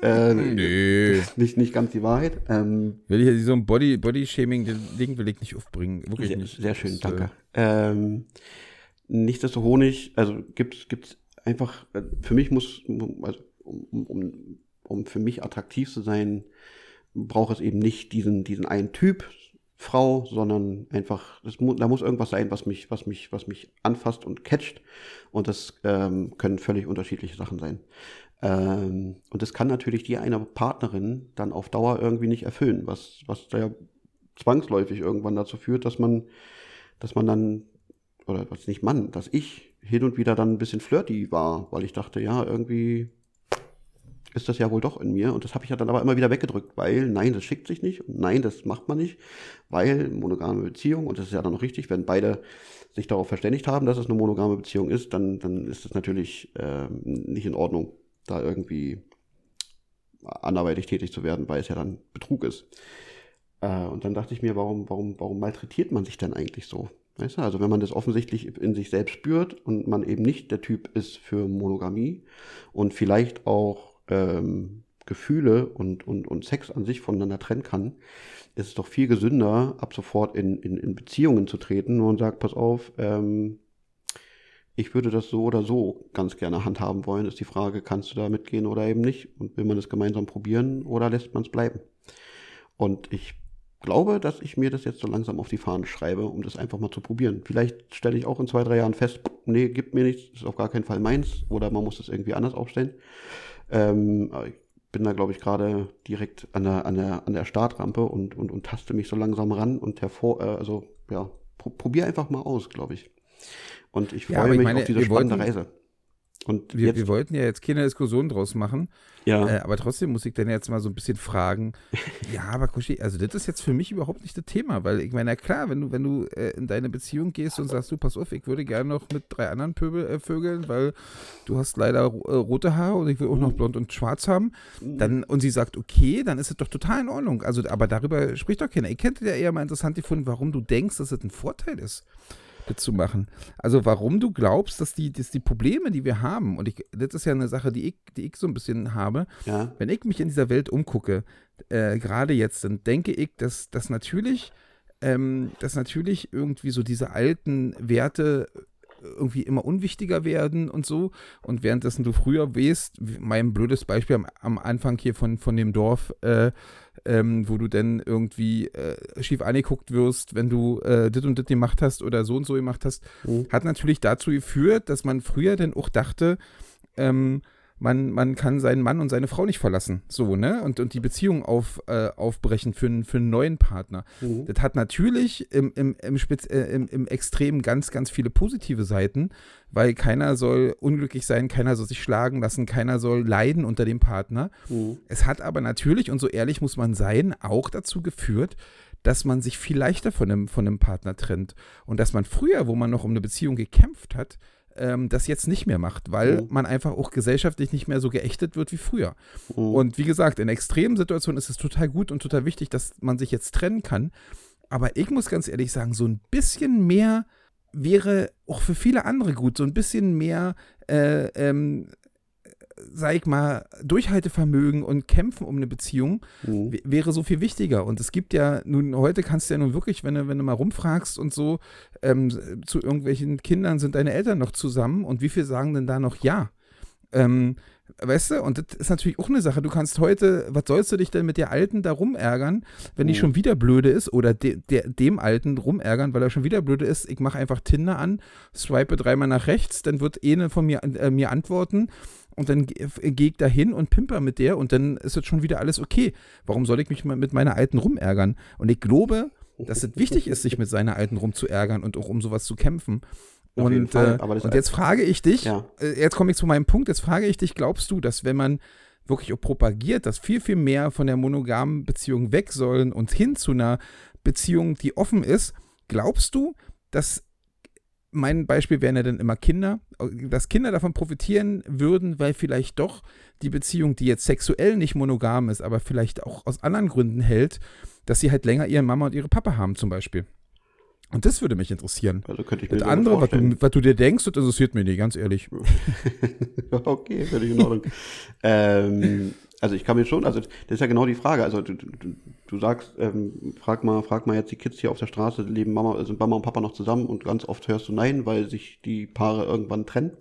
nicht ganz die Wahrheit. Will ich ja so ein Body-Shaming-Ding will ich nicht aufbringen. Wirklich nicht. Sehr schön, danke. Nichtsdestotrotz, also gibt's einfach, für mich also um für mich attraktiv zu sein, braucht es eben nicht diesen einen Typ Frau, sondern einfach, da muss irgendwas sein, was mich anfasst und catcht. Und das können völlig unterschiedliche Sachen sein. Und das kann natürlich die eine Partnerin dann auf Dauer irgendwie nicht erfüllen, was da zwangsläufig irgendwann dazu führt, dass man dann, oder was nicht man, dass ich hin und wieder dann ein bisschen flirty war, weil ich dachte, ja, irgendwie ist das ja wohl doch in mir. Und das habe ich ja dann aber immer wieder weggedrückt, weil nein, das schickt sich nicht und nein, das macht man nicht, weil monogame Beziehung, und das ist ja dann noch richtig, wenn beide sich darauf verständigt haben, dass es eine monogame Beziehung ist, dann ist es natürlich nicht in Ordnung, da irgendwie anderweitig tätig zu werden, weil es ja dann Betrug ist. Und dann dachte ich mir, warum malträtiert man sich denn eigentlich so? Weißt du? Also wenn man das offensichtlich in sich selbst spürt und man eben nicht der Typ ist für Monogamie und vielleicht auch Gefühle und Sex an sich voneinander trennen kann, ist es doch viel gesünder, ab sofort in Beziehungen zu treten und sagt, pass auf, ich würde das so oder so ganz gerne handhaben wollen, ist die Frage, kannst du da mitgehen oder eben nicht? Und will man das gemeinsam probieren oder lässt man es bleiben? Und ich glaube, dass ich mir das jetzt so langsam auf die Fahne schreibe, um das einfach mal zu probieren. Vielleicht stelle ich auch in 2-3 Jahren fest, nee, gibt mir nichts, ist auf gar keinen Fall meins oder man muss das irgendwie anders aufstellen. Aber ich bin da, glaube ich, gerade direkt an der Startrampe und taste mich so langsam ran und probiere einfach mal aus, glaube ich. Und ich freue mich auf diese spannende Reise. Und wir wollten ja jetzt keine Diskussion draus machen, ja. Aber trotzdem muss ich dann jetzt mal so ein bisschen fragen, ja, aber Kuschi, also das ist jetzt für mich überhaupt nicht das Thema, weil ich meine, na klar, wenn du in deine Beziehung gehst und sagst, du, pass auf, ich würde gerne noch mit 3 anderen Vögeln, weil du hast leider rote Haare und ich will auch noch blond und schwarz haben, dann, und sie sagt, okay, dann ist es doch total in Ordnung, also, aber darüber spricht doch keiner. Ich hätte ja eher mal interessant gefunden, warum du denkst, dass das ein Vorteil ist, zu machen. Also warum du glaubst, dass die Probleme, die wir haben, und das ist ja eine Sache, die ich so ein bisschen habe, ja. Wenn ich mich in dieser Welt umgucke, gerade jetzt, dann denke ich, dass natürlich irgendwie so diese alten Werte irgendwie immer unwichtiger werden und so. Und währenddessen du früher weißt, mein blödes Beispiel am Anfang hier von dem Dorf, wo du dann irgendwie schief angeguckt wirst, wenn du das und das gemacht hast oder so und so gemacht hast, hat natürlich dazu geführt, dass man früher dann auch dachte, man kann seinen Mann und seine Frau nicht verlassen, so, ne? Und die Beziehung aufbrechen für einen neuen Partner. Das hat natürlich im Extrem ganz, ganz viele positive Seiten, weil keiner soll unglücklich sein, keiner soll sich schlagen lassen, keiner soll leiden unter dem Partner. Es hat aber natürlich, und so ehrlich muss man sein, auch dazu geführt, dass man sich viel leichter von einem Partner trennt. Und dass man früher, wo man noch um eine Beziehung gekämpft hat, das jetzt nicht mehr macht, weil man einfach auch gesellschaftlich nicht mehr so geächtet wird wie früher. Und wie gesagt, in extremen Situationen ist es total gut und total wichtig, dass man sich jetzt trennen kann. Aber ich muss ganz ehrlich sagen, so ein bisschen mehr wäre auch für viele andere gut. So ein bisschen mehr, sag ich mal, Durchhaltevermögen und Kämpfen um eine Beziehung wäre so viel wichtiger. Und es gibt ja nun, heute kannst du ja nun wirklich, wenn du mal rumfragst und so, zu irgendwelchen Kindern, sind deine Eltern noch zusammen und wie viel sagen denn da noch ja? Weißt du, und das ist natürlich auch eine Sache, du kannst heute, was sollst du dich denn mit der Alten da rumärgern, wenn die schon wieder blöde ist oder dem Alten rumärgern, weil er schon wieder blöde ist, ich mache einfach Tinder an, swipe 3-mal nach rechts, dann wird eine von mir antworten und dann gehe ich da hin und pimper mit der und dann ist es schon wieder alles okay. Warum soll ich mich mal mit meiner Alten rumärgern? Und ich glaube, dass es wichtig ist, sich mit seiner Alten rumzuärgern und auch um sowas zu kämpfen. Und jetzt frage ich dich, jetzt komme ich zu meinem Punkt, jetzt frage ich dich, glaubst du, dass wenn man wirklich auch propagiert, dass viel, viel mehr von der monogamen Beziehung weg sollen und hin zu einer Beziehung, die offen ist, glaubst du, dass, mein Beispiel wären ja dann immer Kinder, dass Kinder davon profitieren würden, weil vielleicht doch die Beziehung, die jetzt sexuell nicht monogam ist, aber vielleicht auch aus anderen Gründen hält, dass sie halt länger ihre Mama und ihre Papa haben zum Beispiel. Und das würde mich interessieren. Also könnte ich mir das andere, was du dir denkst, das interessiert mich nicht, ganz ehrlich. Okay, völlig in Ordnung. Also ich kann mir schon, also das ist ja genau die Frage. Also du sagst, frag mal jetzt die Kids hier auf der Straße, sind Mama und Papa noch zusammen? Und ganz oft hörst du nein, weil sich die Paare irgendwann trennen.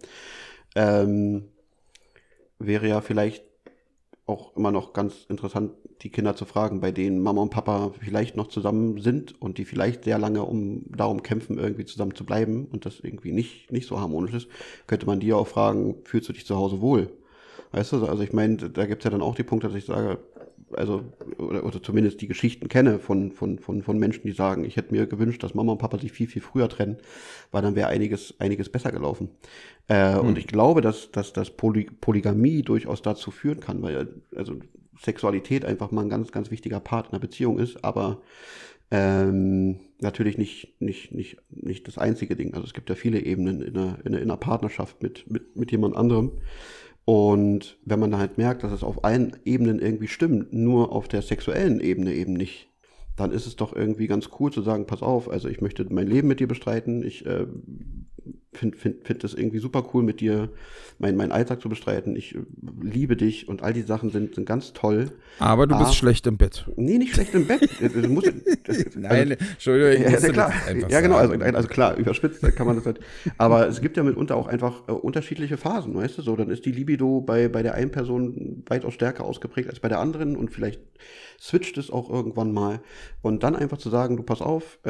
Wäre ja vielleicht auch immer noch ganz interessant, die Kinder zu fragen, bei denen Mama und Papa vielleicht noch zusammen sind und die vielleicht sehr lange darum kämpfen, irgendwie zusammen zu bleiben und das irgendwie nicht so harmonisch ist, könnte man die ja auch fragen, fühlst du dich zu Hause wohl? Weißt du, also ich meine, da gibt es ja dann auch die Punkte, dass ich sage, also, oder zumindest die Geschichten kenne von Menschen, die sagen, ich hätte mir gewünscht, dass Mama und Papa sich viel, viel früher trennen, weil dann wäre einiges besser gelaufen. Und ich glaube, dass Polygamie durchaus dazu führen kann, weil also Sexualität einfach mal ein ganz, ganz wichtiger Part in einer Beziehung ist, aber natürlich nicht das einzige Ding. Also es gibt ja viele Ebenen in einer Partnerschaft mit jemand anderem. Und wenn man dann halt merkt, dass es auf allen Ebenen irgendwie stimmt, nur auf der sexuellen Ebene eben nicht, dann ist es doch irgendwie ganz cool zu sagen, pass auf, also ich möchte mein Leben mit dir bestreiten, ich find das irgendwie super cool, mit dir meinen Alltag zu bestreiten. Ich liebe dich und all die Sachen sind ganz toll. Aber du bist schlecht im Bett. Nee, nicht schlecht im Bett. Nein, Entschuldigung. Ja, klar. Ja, genau, also klar, überspitzt kann man das halt. Aber es gibt ja mitunter auch einfach unterschiedliche Phasen, weißt du? So, dann ist die Libido bei der einen Person weitaus stärker ausgeprägt als bei der anderen und vielleicht switcht es auch irgendwann mal. Und dann einfach zu sagen, du pass auf,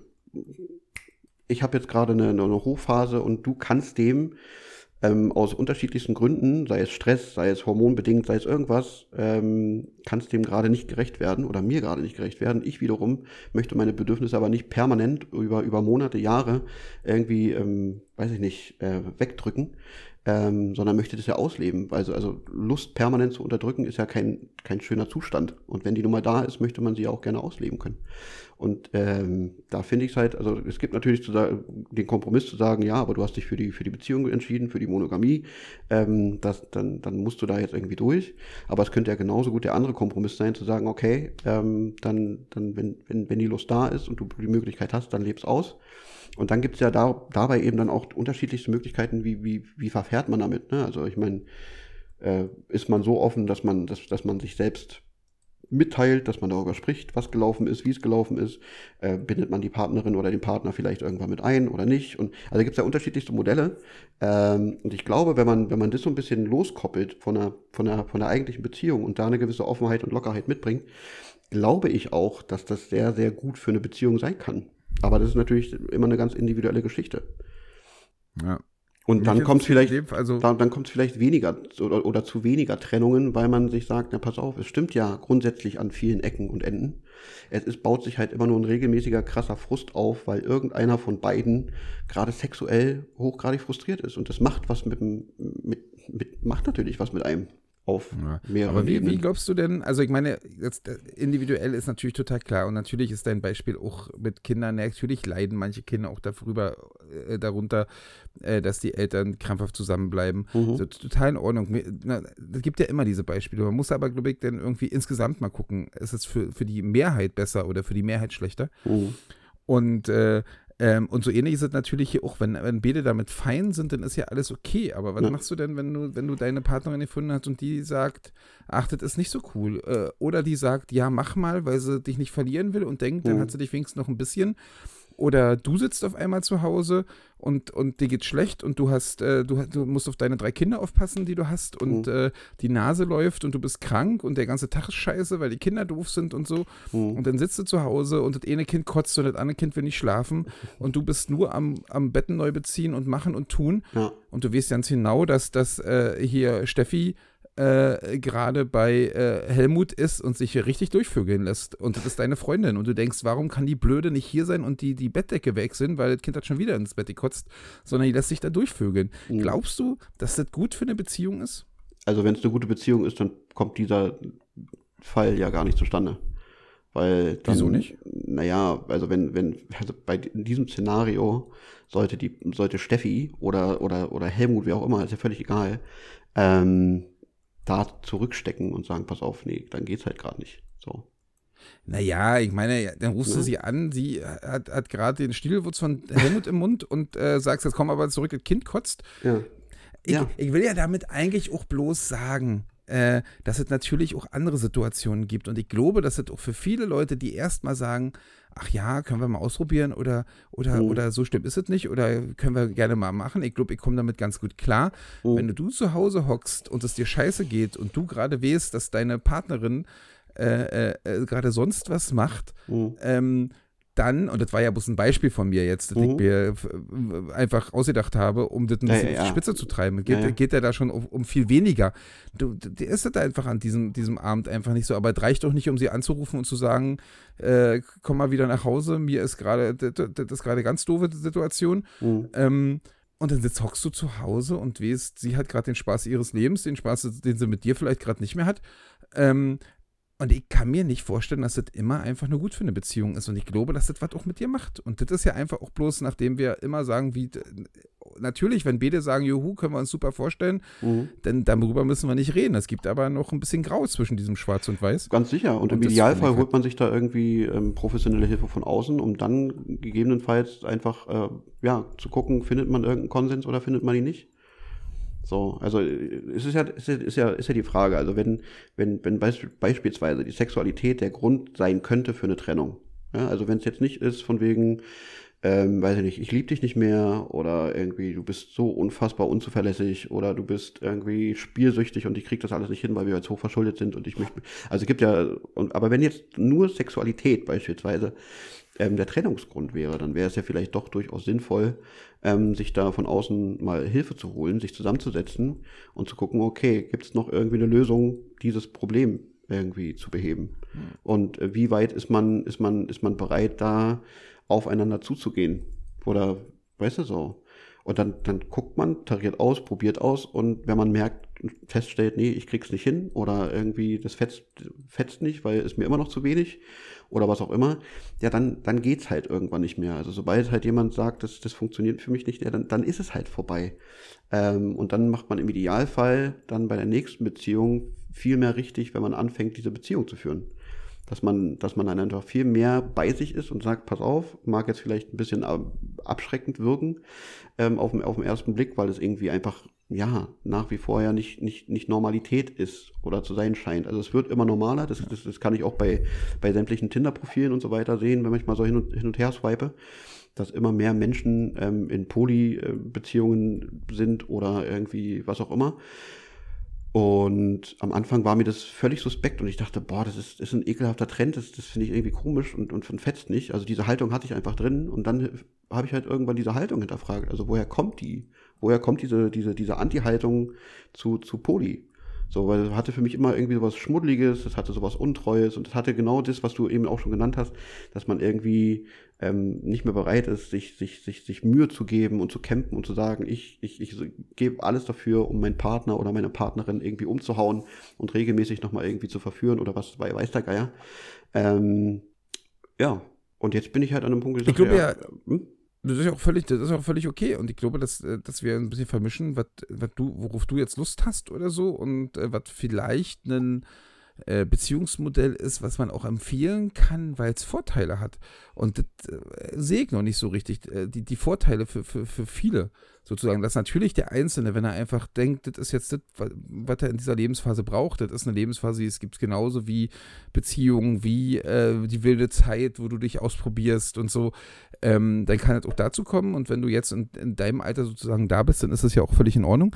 ich habe jetzt gerade eine Hochphase und du kannst dem aus unterschiedlichsten Gründen, sei es Stress, sei es hormonbedingt, sei es irgendwas, kannst dem gerade nicht gerecht werden oder mir gerade nicht gerecht werden. Ich wiederum möchte meine Bedürfnisse aber nicht permanent über Monate, Jahre irgendwie, weiß ich nicht, wegdrücken, sondern möchte das ja ausleben. Also Lust permanent zu unterdrücken ist ja kein schöner Zustand. Und wenn die Nummer da ist, möchte man sie ja auch gerne ausleben können. Und da finde ich es halt, also es gibt natürlich den Kompromiss zu sagen, ja, aber du hast dich für die Beziehung entschieden, für die Monogamie, dann musst du da jetzt irgendwie durch. Aber es könnte ja genauso gut der andere Kompromiss sein, zu sagen, okay, dann wenn die Lust da ist und du die Möglichkeit hast, dann leb's aus. Und dann gibt's ja dabei eben dann auch unterschiedlichste Möglichkeiten, wie verfährt man damit, ne? Also ich meine, ist man so offen, dass man sich selbst mitteilt, dass man darüber spricht, was gelaufen ist, wie es gelaufen ist, bindet man die Partnerin oder den Partner vielleicht irgendwann mit ein oder nicht. Und also gibt es ja unterschiedlichste Modelle. Und ich glaube, wenn man das so ein bisschen loskoppelt von der eigentlichen Beziehung und da eine gewisse Offenheit und Lockerheit mitbringt, glaube ich auch, dass das sehr, sehr gut für eine Beziehung sein kann. Aber das ist natürlich immer eine ganz individuelle Geschichte. Ja. Und dann kommt es vielleicht weniger oder zu weniger Trennungen, weil man sich sagt, na pass auf, es stimmt ja grundsätzlich an vielen Ecken und Enden. Baut sich halt immer nur ein regelmäßiger krasser Frust auf, weil irgendeiner von beiden gerade sexuell hochgradig frustriert ist. Und das macht was macht natürlich was mit einem. Auf mehrere Ebenen. Wie glaubst du denn, also ich meine, jetzt individuell ist natürlich total klar und natürlich ist dein Beispiel auch mit Kindern, natürlich leiden manche Kinder auch darunter, dass die Eltern krampfhaft zusammenbleiben. So, total in Ordnung. Es gibt ja immer diese Beispiele. Man muss aber, glaube ich, dann irgendwie insgesamt mal gucken, ist es für die Mehrheit besser oder für die Mehrheit schlechter? Und so ähnlich ist es natürlich hier auch, wenn beide damit fein sind, dann ist ja alles okay. Aber was machst du denn, wenn du deine Partnerin gefunden hast und die sagt, ach, das ist nicht so cool. Oder die sagt, ja, mach mal, weil sie dich nicht verlieren will und denkt, dann hat sie dich wenigstens noch ein bisschen. Oder du sitzt auf einmal zu Hause und dir geht's schlecht und du musst auf deine 3 Kinder aufpassen, die du hast und die Nase läuft und du bist krank und der ganze Tag ist scheiße, weil die Kinder doof sind und so. Und dann sitzt du zu Hause und das eine Kind kotzt und das andere Kind will nicht schlafen und du bist nur am Betten neu beziehen und machen und tun. Ja. Und du weißt ganz genau, dass hier Steffi gerade bei Helmut ist und sich hier richtig durchvögeln lässt. Und das ist deine Freundin. Und du denkst, warum kann die Blöde nicht hier sein und die Bettdecke wechseln, weil das Kind hat schon wieder ins Bett gekotzt, sondern die lässt sich da durchvögeln. Glaubst du, dass das gut für eine Beziehung ist? Also wenn es eine gute Beziehung ist, dann kommt dieser Fall ja gar nicht zustande. Weil dann, wieso nicht? Naja, also in diesem Szenario sollte Steffi oder Helmut, wie auch immer, ist ja völlig egal, da zurückstecken und sagen, pass auf, nee, dann geht's halt gerade nicht. So. Naja, ich meine, dann rufst du sie an, sie hat gerade den Stielwurz von Helmut im Mund und sagst, jetzt komm aber zurück, das Kind kotzt. Ja. Ich will ja damit eigentlich auch bloß sagen, dass es natürlich auch andere Situationen gibt. Und ich glaube, dass es auch für viele Leute, die erstmal sagen, ach ja, können wir mal ausprobieren oder so schlimm ist es nicht oder können wir gerne mal machen. Ich glaube, ich komme damit ganz gut klar. Wenn du zu Hause hockst und es dir scheiße geht und du gerade weißt, dass deine Partnerin gerade sonst was macht, dann, und das war ja bloß ein Beispiel von mir jetzt, das ich mir einfach ausgedacht habe, um das ein bisschen auf die Spitze zu treiben. Geht ja da schon um viel weniger. Der ist das einfach an diesem Abend einfach nicht so. Aber es reicht doch nicht, um sie anzurufen und zu sagen, komm mal wieder nach Hause, mir ist gerade, das ist gerade ganz doofe Situation. Und dann hockst du zu Hause und weißt, sie hat gerade den Spaß ihres Lebens, den Spaß, den sie mit dir vielleicht gerade nicht mehr hat. Und ich kann mir nicht vorstellen, dass das immer einfach nur gut für eine Beziehung ist. Und ich glaube, dass das was auch mit dir macht. Und das ist ja einfach auch bloß, nachdem wir immer sagen, wie natürlich, wenn beide sagen, juhu, können wir uns super vorstellen, dann darüber müssen wir nicht reden. Es gibt aber noch ein bisschen Grau zwischen diesem Schwarz und Weiß. Ganz sicher. Und im Idealfall holt man sich da irgendwie professionelle Hilfe von außen, um dann gegebenenfalls einfach zu gucken, findet man irgendeinen Konsens oder findet man ihn nicht. So, also es ist ja die Frage, also wenn beispielsweise die Sexualität der Grund sein könnte für eine Trennung, ja, also wenn es jetzt nicht ist von wegen, weiß ich nicht, ich liebe dich nicht mehr oder irgendwie du bist so unfassbar unzuverlässig oder du bist irgendwie spielsüchtig und ich krieg das alles nicht hin, weil wir jetzt hochverschuldet sind und ich möchte, also es gibt ja, aber wenn jetzt nur Sexualität beispielsweise der Trennungsgrund wäre, dann wäre es ja vielleicht doch durchaus sinnvoll, sich da von außen mal Hilfe zu holen, sich zusammenzusetzen und zu gucken, okay, gibt es noch irgendwie eine Lösung, dieses Problem irgendwie zu beheben? Und wie weit ist man bereit, da aufeinander zuzugehen? Oder, weißt du so? Und dann guckt man, tariert aus, probiert aus und wenn man feststellt, nee, ich krieg's nicht hin oder irgendwie das fetzt nicht, weil ist mir immer noch zu wenig oder was auch immer, ja, dann geht's halt irgendwann nicht mehr. Also sobald halt jemand sagt, das funktioniert für mich nicht, ja, dann ist es halt vorbei. Und dann macht man im Idealfall dann bei der nächsten Beziehung viel mehr richtig, wenn man anfängt, diese Beziehung zu führen. Dass man dann einfach viel mehr bei sich ist und sagt, pass auf, mag jetzt vielleicht ein bisschen abschreckend wirken auf den ersten Blick, weil es irgendwie einfach, ja, nach wie vor ja nicht Normalität ist oder zu sein scheint. Also es wird immer normaler, das kann ich auch bei sämtlichen Tinder-Profilen und so weiter sehen, wenn ich mal so hin und her swipe, dass immer mehr Menschen in Poly-Beziehungen sind oder irgendwie was auch immer. Und am Anfang war mir das völlig suspekt und ich dachte, boah, das ist ein ekelhafter Trend, das finde ich irgendwie komisch und fetzt nicht. Also diese Haltung hatte ich einfach drin und dann habe ich halt irgendwann diese Haltung hinterfragt. Also woher kommt die? Woher kommt diese Anti-Haltung zu Poly? So, weil es hatte für mich immer irgendwie sowas Schmuddeliges, es hatte sowas Untreues und es hatte genau das, was du eben auch schon genannt hast, dass man irgendwie nicht mehr bereit ist, sich Mühe zu geben und zu kämpfen und zu sagen, ich gebe alles dafür, um meinen Partner oder meine Partnerin irgendwie umzuhauen und regelmäßig nochmal irgendwie zu verführen oder was weiß der Geier. Ja, und jetzt bin ich halt an einem Punkt, ich glaube das ist auch völlig okay. Und ich glaube, dass wir ein bisschen vermischen, worauf du jetzt Lust hast oder so und was vielleicht ein Beziehungsmodell ist, was man auch empfehlen kann, weil es Vorteile hat. Und das sehe ich noch nicht so richtig. Die Vorteile für viele sozusagen, dass natürlich der Einzelne, wenn er einfach denkt, das ist jetzt das, was er in dieser Lebensphase braucht, das ist eine Lebensphase, die es gibt genauso wie Beziehungen, wie die wilde Zeit, wo du dich ausprobierst und so, dann kann es auch dazu kommen. Und wenn du jetzt in deinem Alter sozusagen da bist, dann ist das ja auch völlig in Ordnung.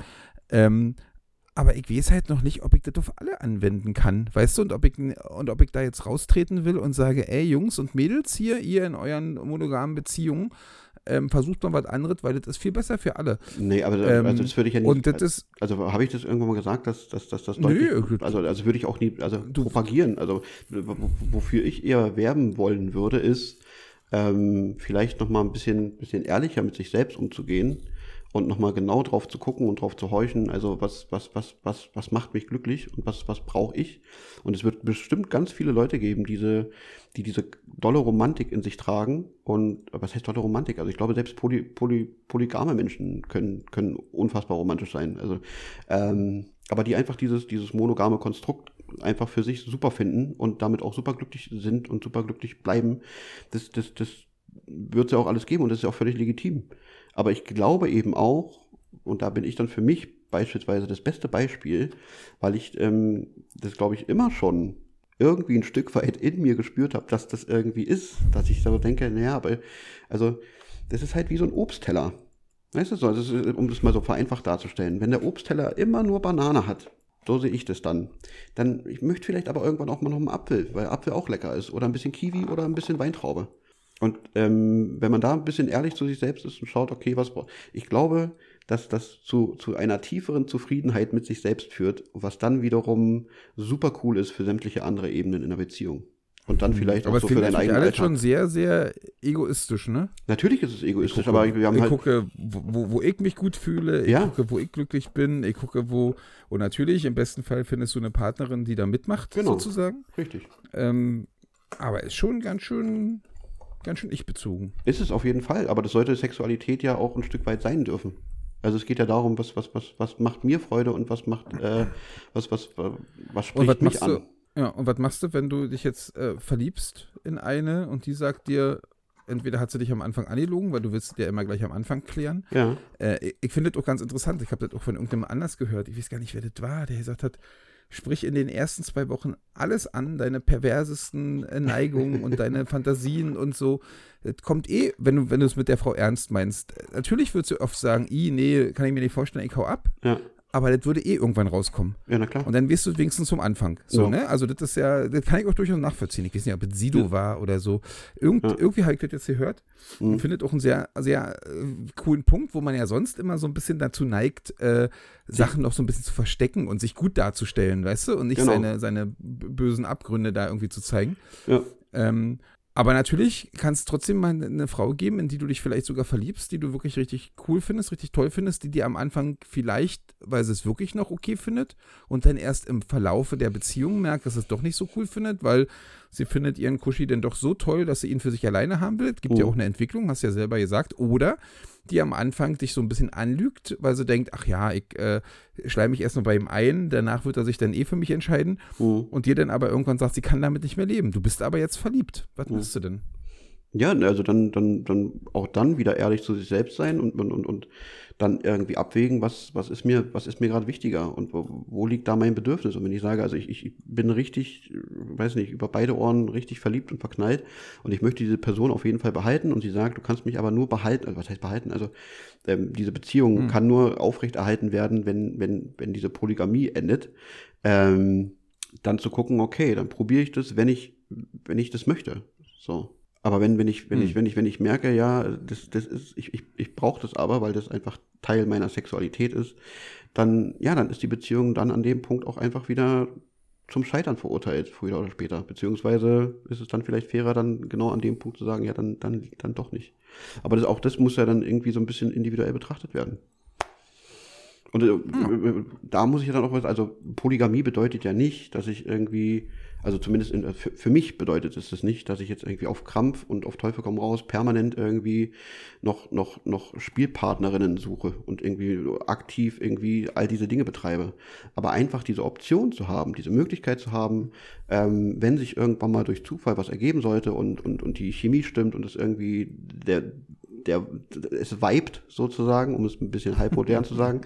Aber ich weiß halt noch nicht, ob ich das auf alle anwenden kann, weißt du, und ob ich da jetzt raustreten will und sage, ey, Jungs und Mädels hier, ihr in euren monogamen Beziehungen, versucht mal was anderes, weil das ist viel besser für alle. Nee, aber also das würde ich ja nicht, und das ist, also habe ich das irgendwann mal gesagt, dass das deutlich, also würde ich auch nie, propagieren, also wofür ich eher werben wollen würde, ist, vielleicht nochmal ein bisschen ehrlicher mit sich selbst umzugehen und nochmal genau drauf zu gucken und drauf zu horchen, also was macht mich glücklich und was brauche ich? Und es wird bestimmt ganz viele Leute geben, die diese dolle Romantik in sich tragen. Und was heißt dolle Romantik? Also ich glaube, selbst polygame Menschen können unfassbar romantisch sein. Also aber die einfach dieses monogame Konstrukt einfach für sich super finden und damit auch super glücklich sind und super glücklich bleiben, das wird es ja auch alles geben und das ist ja auch völlig legitim. Aber ich glaube eben auch, und da bin ich dann für mich beispielsweise das beste Beispiel, weil ich das, glaube ich, immer schon irgendwie ein Stück weit in mir gespürt habe, dass das irgendwie ist, dass ich so denke, naja, aber also das ist halt wie so ein Obstteller. Weißt du so, also, um das mal so vereinfacht darzustellen, wenn der Obstteller immer nur Banane hat, so sehe ich das dann. Ich möchte vielleicht aber irgendwann auch mal noch einen Apfel, weil Apfel auch lecker ist. Oder ein bisschen Kiwi oder ein bisschen Weintraube. Und wenn man da ein bisschen ehrlich zu sich selbst ist und schaut, okay, ich glaube, dass das zu einer tieferen Zufriedenheit mit sich selbst führt, was dann wiederum super cool ist für sämtliche andere Ebenen in der Beziehung. Und dann vielleicht auch so für deinen eigenen Alltag. Aber das schon sehr, sehr egoistisch, ne? Natürlich ist es egoistisch, aber wir haben halt... Ich gucke, wo ich mich gut fühle, ich gucke, wo ich glücklich bin, ich gucke, und natürlich, im besten Fall findest du eine Partnerin, die da mitmacht, sozusagen. Richtig. Aber ist schon ganz schön ich-bezogen. Ist es auf jeden Fall, aber das sollte Sexualität ja auch ein Stück weit sein dürfen. Also es geht ja darum, was macht mir Freude und was spricht mich an. Ja, und was machst du, wenn du dich jetzt verliebst in eine und die sagt dir, entweder hat sie dich am Anfang angelogen, weil du willst ja immer gleich am Anfang klären. Ja. Ich finde das auch ganz interessant. Ich habe das auch von irgendjemandem anders gehört. Ich weiß gar nicht, wer das war, der gesagt hat, sprich in den ersten 2 Wochen alles an, deine perversesten Neigungen und deine Fantasien und so. Das kommt wenn du es mit der Frau ernst meinst. Natürlich würdest du oft sagen, nee, kann ich mir nicht vorstellen, ich hau ab. Ja. Aber das würde irgendwann rauskommen. Ja, na klar. Und dann wirst du wenigstens zum Anfang. So, ja. Ne? Also das ist ja, das kann ich auch durchaus nachvollziehen. Ich weiß nicht, ob es Sido war oder so. Irgendwie habe ich das jetzt gehört und findet auch einen sehr, sehr coolen Punkt, wo man ja sonst immer so ein bisschen dazu neigt, Sachen noch so ein bisschen zu verstecken und sich gut darzustellen, weißt du? Und nicht seine bösen Abgründe da irgendwie zu zeigen. Ja. Aber natürlich kann es trotzdem mal eine Frau geben, in die du dich vielleicht sogar verliebst, die du wirklich richtig cool findest, richtig toll findest, die dir am Anfang vielleicht, weil sie es wirklich noch okay findet und dann erst im Verlaufe der Beziehung merkt, dass es doch nicht so cool findet, weil sie findet ihren Kuschi dann doch so toll, dass sie ihn für sich alleine haben will. Gibt ja auch eine Entwicklung, hast ja selber gesagt. Oder die am Anfang dich so ein bisschen anlügt, weil sie denkt, ach ja, ich schleim mich erst mal bei ihm ein, danach wird er sich dann für mich entscheiden und dir dann aber irgendwann sagt, sie kann damit nicht mehr leben. Du bist aber jetzt verliebt. Was machst du denn? Ja, also dann auch dann wieder ehrlich zu sich selbst sein und dann irgendwie abwägen, was ist mir gerade wichtiger und wo liegt da mein Bedürfnis? Und wenn ich sage, also ich bin richtig, weiß nicht, über beide Ohren richtig verliebt und verknallt und ich möchte diese Person auf jeden Fall behalten und sie sagt, du kannst mich aber nur behalten, also was heißt behalten? Also diese Beziehung kann nur aufrechterhalten werden, wenn diese Polygamie endet, dann zu gucken, okay, dann probiere ich das, wenn ich das möchte, so. Aber wenn ich merke, ja, das ist, ich brauche das aber, weil das einfach Teil meiner Sexualität ist, dann ist die Beziehung dann an dem Punkt auch einfach wieder zum Scheitern verurteilt, früher oder später. Beziehungsweise ist es dann vielleicht fairer, dann genau an dem Punkt zu sagen, ja, dann doch nicht. Aber das muss ja dann irgendwie so ein bisschen individuell betrachtet werden. Und da muss ich ja dann auch also Polygamie bedeutet ja nicht, dass ich irgendwie, also zumindest für mich bedeutet es das nicht, dass ich jetzt irgendwie auf Krampf und auf Teufel komm raus permanent irgendwie noch Spielpartnerinnen suche und irgendwie aktiv irgendwie all diese Dinge betreibe. Aber einfach diese Option zu haben, diese Möglichkeit zu haben, wenn sich irgendwann mal durch Zufall was ergeben sollte und die Chemie stimmt und es irgendwie es vibet sozusagen, um es ein bisschen halbmodern zu sagen,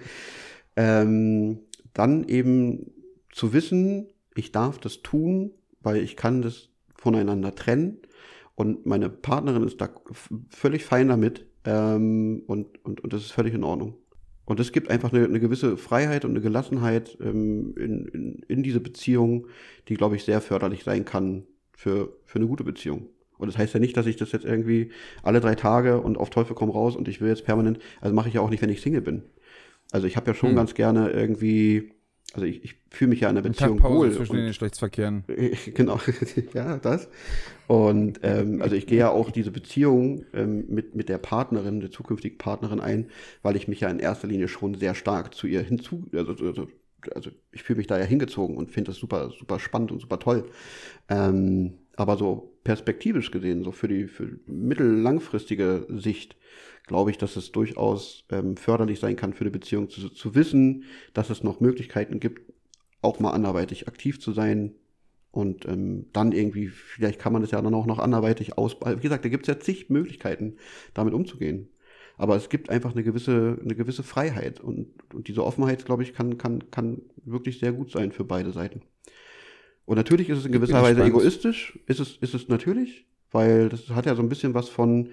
dann eben zu wissen, ich darf das tun, weil ich kann das voneinander trennen und meine Partnerin ist da völlig fein damit und das ist völlig in Ordnung. Und es gibt einfach eine gewisse Freiheit und eine Gelassenheit in diese Beziehung, die, glaube ich, sehr förderlich sein kann für eine gute Beziehung. Und das heißt ja nicht, dass ich das jetzt irgendwie alle 3 Tage und auf Teufel komm raus und ich will jetzt permanent, also mache ich ja auch nicht, wenn ich Single bin. Also ich habe ja schon ganz gerne irgendwie, also ich fühle mich ja in der Beziehung wohl. Zwischen den Geschlechtsverkehren. Genau, ja, das. Und also ich gehe ja auch diese Beziehung mit der Partnerin, der zukünftigen Partnerin ein, weil ich mich ja in erster Linie schon sehr stark zu ihr also ich fühle mich da ja hingezogen und finde das super, super spannend und super toll. Aber so perspektivisch gesehen, so für mittellangfristige Sicht, glaube ich, dass es durchaus förderlich sein kann für die Beziehung, zu wissen, dass es noch Möglichkeiten gibt, auch mal anderweitig aktiv zu sein. Und dann irgendwie, vielleicht kann man das ja dann auch noch anderweitig ausbauen. Wie gesagt, da gibt es ja zig Möglichkeiten, damit umzugehen. Aber es gibt einfach eine gewisse Freiheit. Und diese Offenheit, glaube ich, kann wirklich sehr gut sein für beide Seiten. Und natürlich ist es in gewisser Weise egoistisch, ist es natürlich, weil das hat ja so ein bisschen was von,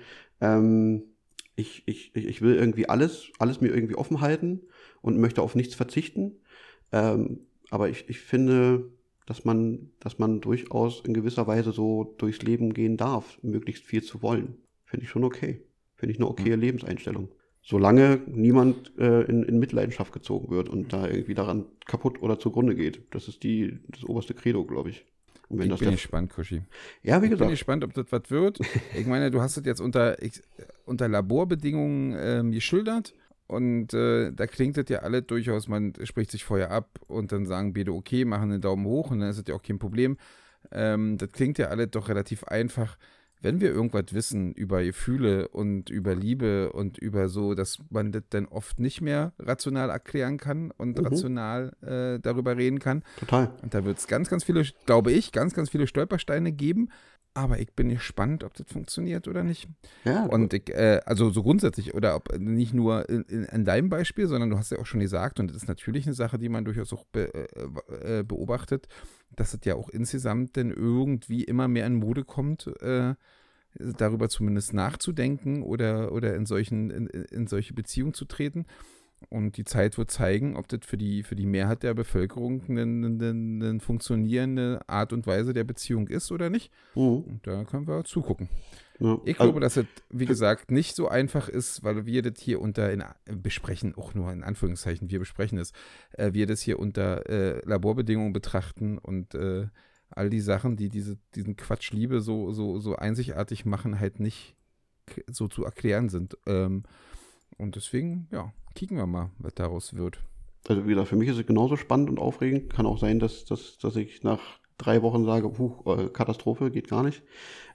ich will irgendwie alles mir irgendwie offen halten und möchte auf nichts verzichten. Aber ich finde, dass man durchaus in gewisser Weise so durchs Leben gehen darf, möglichst viel zu wollen. Finde ich schon okay. Finde ich eine okaye Lebenseinstellung. Solange niemand in Mitleidenschaft gezogen wird und da irgendwie daran kaputt oder zugrunde geht. Das ist das oberste Credo, glaube ich. Und wenn ich bin gespannt, Kuschi. Ja, wie gesagt. Ich bin gespannt, ob das was wird. Ich meine, du hast es jetzt unter Laborbedingungen geschildert und da klingt das ja alle durchaus, man spricht sich vorher ab und dann sagen beide okay, machen einen Daumen hoch und dann ist das ja auch kein Problem. Das klingt ja alle doch relativ einfach. wenn wir irgendwas wissen über Gefühle und über Liebe und über so, dass man das dann oft nicht mehr rational erklären kann und rational darüber reden kann. Total. Und da wird es ganz, ganz viele, glaube ich, ganz, ganz viele Stolpersteine geben. Aber ich bin gespannt, ob das funktioniert oder nicht. Ja. Und also so grundsätzlich, oder ob nicht nur in deinem Beispiel, sondern du hast ja auch schon gesagt, und das ist natürlich eine Sache, die man durchaus auch beobachtet, dass es ja auch insgesamt dann irgendwie immer mehr in Mode kommt, darüber zumindest nachzudenken oder in solche Beziehungen zu treten. Und die Zeit wird zeigen, ob das für die Mehrheit der Bevölkerung eine funktionierende Art und Weise der Beziehung ist oder nicht. Und da können wir zugucken. Ja. Ich glaube, dass es, wie gesagt, nicht so einfach ist, weil wir das hier besprechen, auch nur in Anführungszeichen, wir besprechen es, wir das hier unter Laborbedingungen betrachten und all die Sachen, die diesen Quatsch Liebe so einzigartig machen, halt nicht so zu erklären sind. Und deswegen, ja, kicken wir mal, was daraus wird. Also wie gesagt, für mich ist es genauso spannend und aufregend. Kann auch sein, dass ich nach 3 Wochen sage, Katastrophe, geht gar nicht.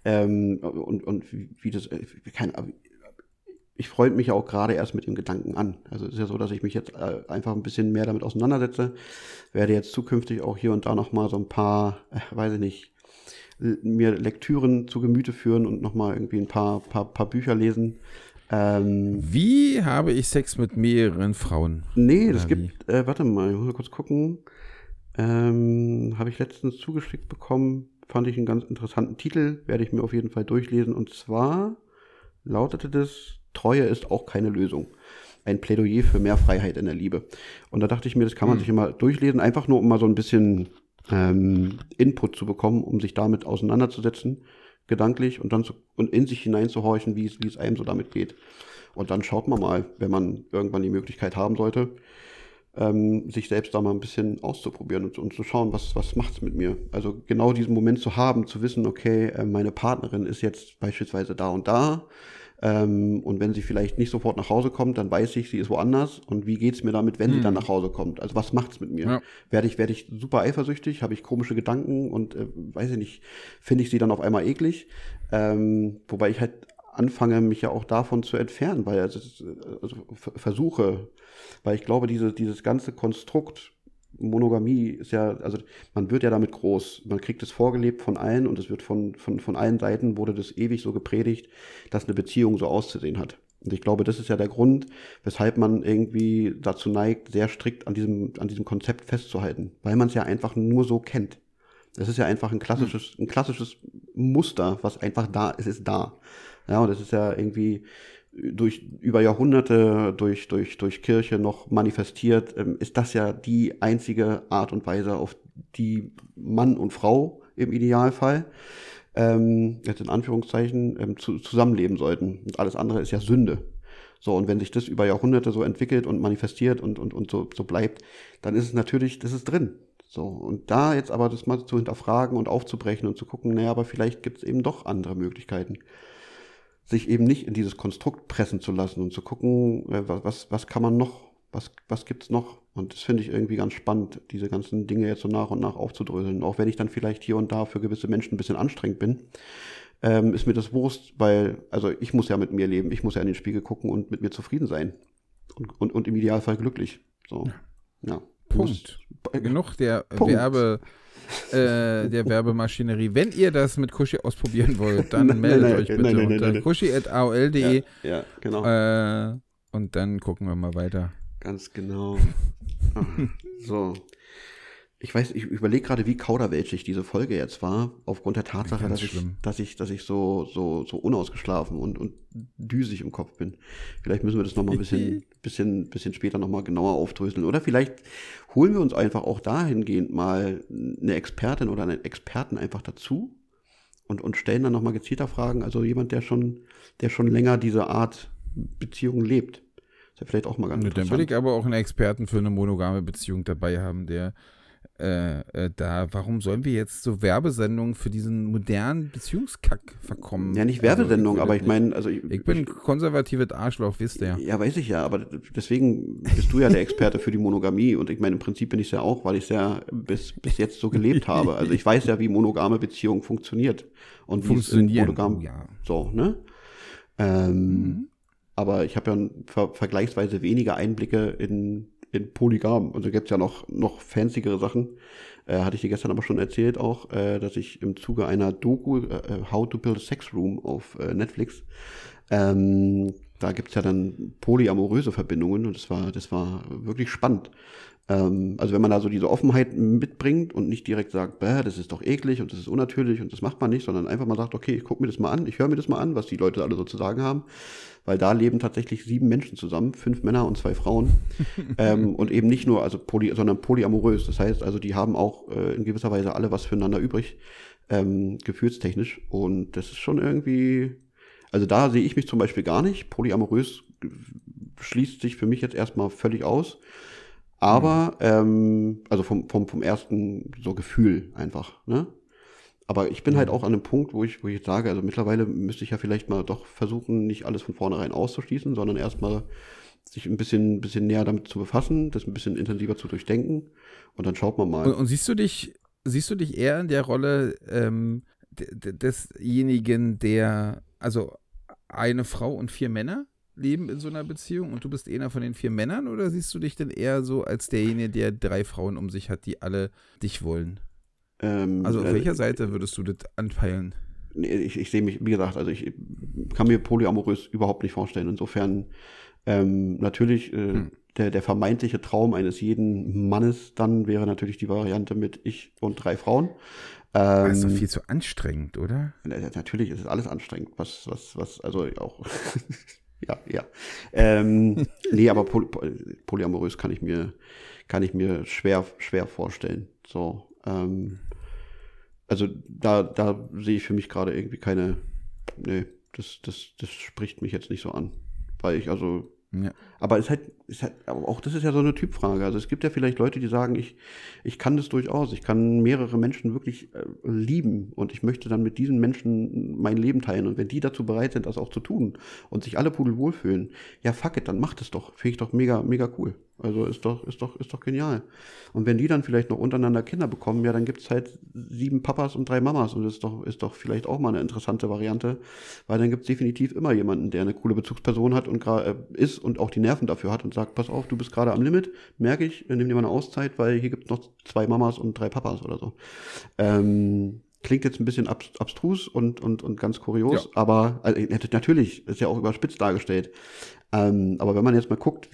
Und wie das, ich freue mich ja auch gerade erst mit dem Gedanken an. Also es ist ja so, dass ich mich jetzt einfach ein bisschen mehr damit auseinandersetze. Werde jetzt zukünftig auch hier und da nochmal so ein paar, weiß ich nicht, mir Lektüren zu Gemüte führen und nochmal irgendwie ein paar Bücher lesen. Wie habe ich Sex mit mehreren Frauen? Nee, das gibt, warte mal, ich muss mal kurz gucken. Habe ich letztens zugeschickt bekommen, fand ich einen ganz interessanten Titel, werde ich mir auf jeden Fall durchlesen. Und zwar lautete das, Treue ist auch keine Lösung. Ein Plädoyer für mehr Freiheit in der Liebe. Und da dachte ich mir, das kann man sich immer durchlesen, einfach nur, um mal so ein bisschen Input zu bekommen, um sich damit auseinanderzusetzen, gedanklich und dann und in sich hineinzuhorchen, wie es einem so damit geht. Und dann schaut man mal, wenn man irgendwann die Möglichkeit haben sollte, sich selbst da mal ein bisschen auszuprobieren und zu schauen, was macht's mit mir. Also genau diesen Moment zu haben, zu wissen, okay, meine Partnerin ist jetzt beispielsweise da und da, und wenn sie vielleicht nicht sofort nach Hause kommt, dann weiß ich, sie ist woanders. Und wie geht's mir damit, wenn sie dann nach Hause kommt? Also was macht's mit mir? Ja. Werde ich super eifersüchtig? Habe ich komische Gedanken? Und weiß ich nicht, finde ich sie dann auf einmal eklig? Wobei ich halt anfange, mich ja auch davon zu entfernen, weil also versuche, weil ich glaube, dieses ganze Konstrukt Monogamie ist ja, also man wird ja damit groß, man kriegt es vorgelebt von allen und es wird von allen Seiten wurde das ewig so gepredigt, dass eine Beziehung so auszusehen hat. Und ich glaube, das ist ja der Grund, weshalb man irgendwie dazu neigt, sehr strikt an diesem Konzept festzuhalten, weil man es ja einfach nur so kennt. Das ist ja einfach ein klassisches Muster, was einfach da ist, ist da. Ja, und das ist ja irgendwie über Jahrhunderte durch Kirche noch manifestiert, ist das ja die einzige Art und Weise, auf die Mann und Frau im Idealfall, jetzt in Anführungszeichen, zusammenleben sollten. Und alles andere ist ja Sünde. So, und wenn sich das über Jahrhunderte so entwickelt und manifestiert und so bleibt, dann ist es natürlich, das ist drin. So, und da jetzt aber das mal zu hinterfragen und aufzubrechen und zu gucken, naja, aber vielleicht gibt es eben doch andere Möglichkeiten, sich eben nicht in dieses Konstrukt pressen zu lassen und zu gucken, was kann man noch, was gibt's noch? Und das finde ich irgendwie ganz spannend, diese ganzen Dinge jetzt so nach und nach aufzudröseln. Auch wenn ich dann vielleicht hier und da für gewisse Menschen ein bisschen anstrengend bin, ist mir das Wurst, weil, also ich muss ja mit mir leben, ich muss ja in den Spiegel gucken und mit mir zufrieden sein. Und im Idealfall glücklich. So, ja. Punkt. Genug der Werbemaschinerie. Wenn ihr das mit Kuschi ausprobieren wollt, dann meldet euch bitte unter kuschi@aol.de. Ja, genau. Und dann gucken wir mal weiter. Ganz genau. So. Ich überlege gerade, wie kauderwelschig diese Folge jetzt war, aufgrund der Tatsache, dass ich so unausgeschlafen und düsig im Kopf bin. Vielleicht müssen wir das nochmal ein bisschen später nochmal genauer aufdröseln. Oder vielleicht holen wir uns einfach auch dahingehend mal eine Expertin oder einen Experten einfach dazu und stellen dann nochmal gezielter Fragen. Also jemand, der schon länger diese Art Beziehung lebt. Ist ja vielleicht auch mal ganz interessant. Dann will ich aber auch einen Experten für eine monogame Beziehung dabei haben, der warum sollen wir jetzt so Werbesendungen für diesen modernen Beziehungskack verkommen? Ja, nicht Werbesendungen, aber ich meine, also ich bin konservatives Arschloch, wisst ihr. Ja, weiß ich ja, aber deswegen bist du ja der Experte für die Monogamie und ich meine, im Prinzip bin ich es ja auch, weil ich es ja bis jetzt so gelebt habe. Also ich weiß ja, wie monogame Beziehung funktioniert und wie es monogam so, ne? Aber ich habe ja vergleichsweise weniger Einblicke in Polygam. Also gibt es ja noch fancyere Sachen. Hatte ich dir gestern aber schon erzählt auch, dass ich im Zuge einer Doku, How to Build a Sex Room auf Netflix, da gibt es ja dann polyamoröse Verbindungen und das war wirklich spannend. Also wenn man da so diese Offenheit mitbringt und nicht direkt sagt, das ist doch eklig und das ist unnatürlich und das macht man nicht, sondern einfach mal sagt, okay, ich gucke mir das mal an, ich höre mir das mal an, was die Leute alle so zu sagen haben, weil da leben tatsächlich 7 Menschen zusammen, 5 Männer und 2 Frauen und eben nicht nur sondern polyamorös. Das heißt also, die haben auch in gewisser Weise alle was füreinander übrig, gefühlstechnisch und das ist schon irgendwie, also da sehe ich mich zum Beispiel gar nicht. Polyamorös schließt sich für mich jetzt erstmal völlig aus. Aber, also vom ersten so Gefühl einfach, ne? Aber ich bin halt auch an einem Punkt, wo ich jetzt sage, also mittlerweile müsste ich ja vielleicht mal doch versuchen, nicht alles von vornherein auszuschließen, sondern erstmal sich ein bisschen näher damit zu befassen, das ein bisschen intensiver zu durchdenken und dann schaut man mal. Und siehst du dich eher in der Rolle desjenigen, der, also eine Frau und 4 Männer leben in so einer Beziehung und du bist einer von den 4 Männern oder siehst du dich denn eher so als derjenige, der 3 Frauen um sich hat, die alle dich wollen? Also auf welcher Seite würdest du das anpeilen? Ich sehe mich, wie gesagt, also ich kann mir polyamorös überhaupt nicht vorstellen. Insofern natürlich der vermeintliche Traum eines jeden Mannes dann wäre natürlich die Variante mit ich und 3 Frauen. Das ist doch viel zu anstrengend, oder? Natürlich ist es alles anstrengend, was also auch ja. Nee, aber polyamorös kann ich mir schwer vorstellen. So, also da sehe ich für mich gerade irgendwie das spricht mich jetzt nicht so an, weil ich also. Ja. Aber ist halt, aber auch das ist ja so eine Typfrage. Also es gibt ja vielleicht Leute, die sagen, ich kann das durchaus, ich kann mehrere Menschen wirklich lieben und ich möchte dann mit diesen Menschen mein Leben teilen. Und wenn die dazu bereit sind, das auch zu tun und sich alle pudelwohl fühlen, ja fuck it, dann macht es doch. Finde ich doch mega, mega cool. Also ist doch genial. Und wenn die dann vielleicht noch untereinander Kinder bekommen, ja, dann gibt es halt 7 Papas und 3 Mamas und das ist doch vielleicht auch mal eine interessante Variante, weil dann gibt es definitiv immer jemanden, der eine coole Bezugsperson hat und ist und auch die Nerven dafür hat und sagt, pass auf, du bist gerade am Limit, merke ich, nimm dir mal eine Auszeit, weil hier gibt es noch 2 Mamas und 3 Papas oder so. Klingt jetzt ein bisschen abstrus und ganz kurios, ja. Aber natürlich, ist ja auch überspitzt dargestellt. Aber wenn man jetzt mal guckt,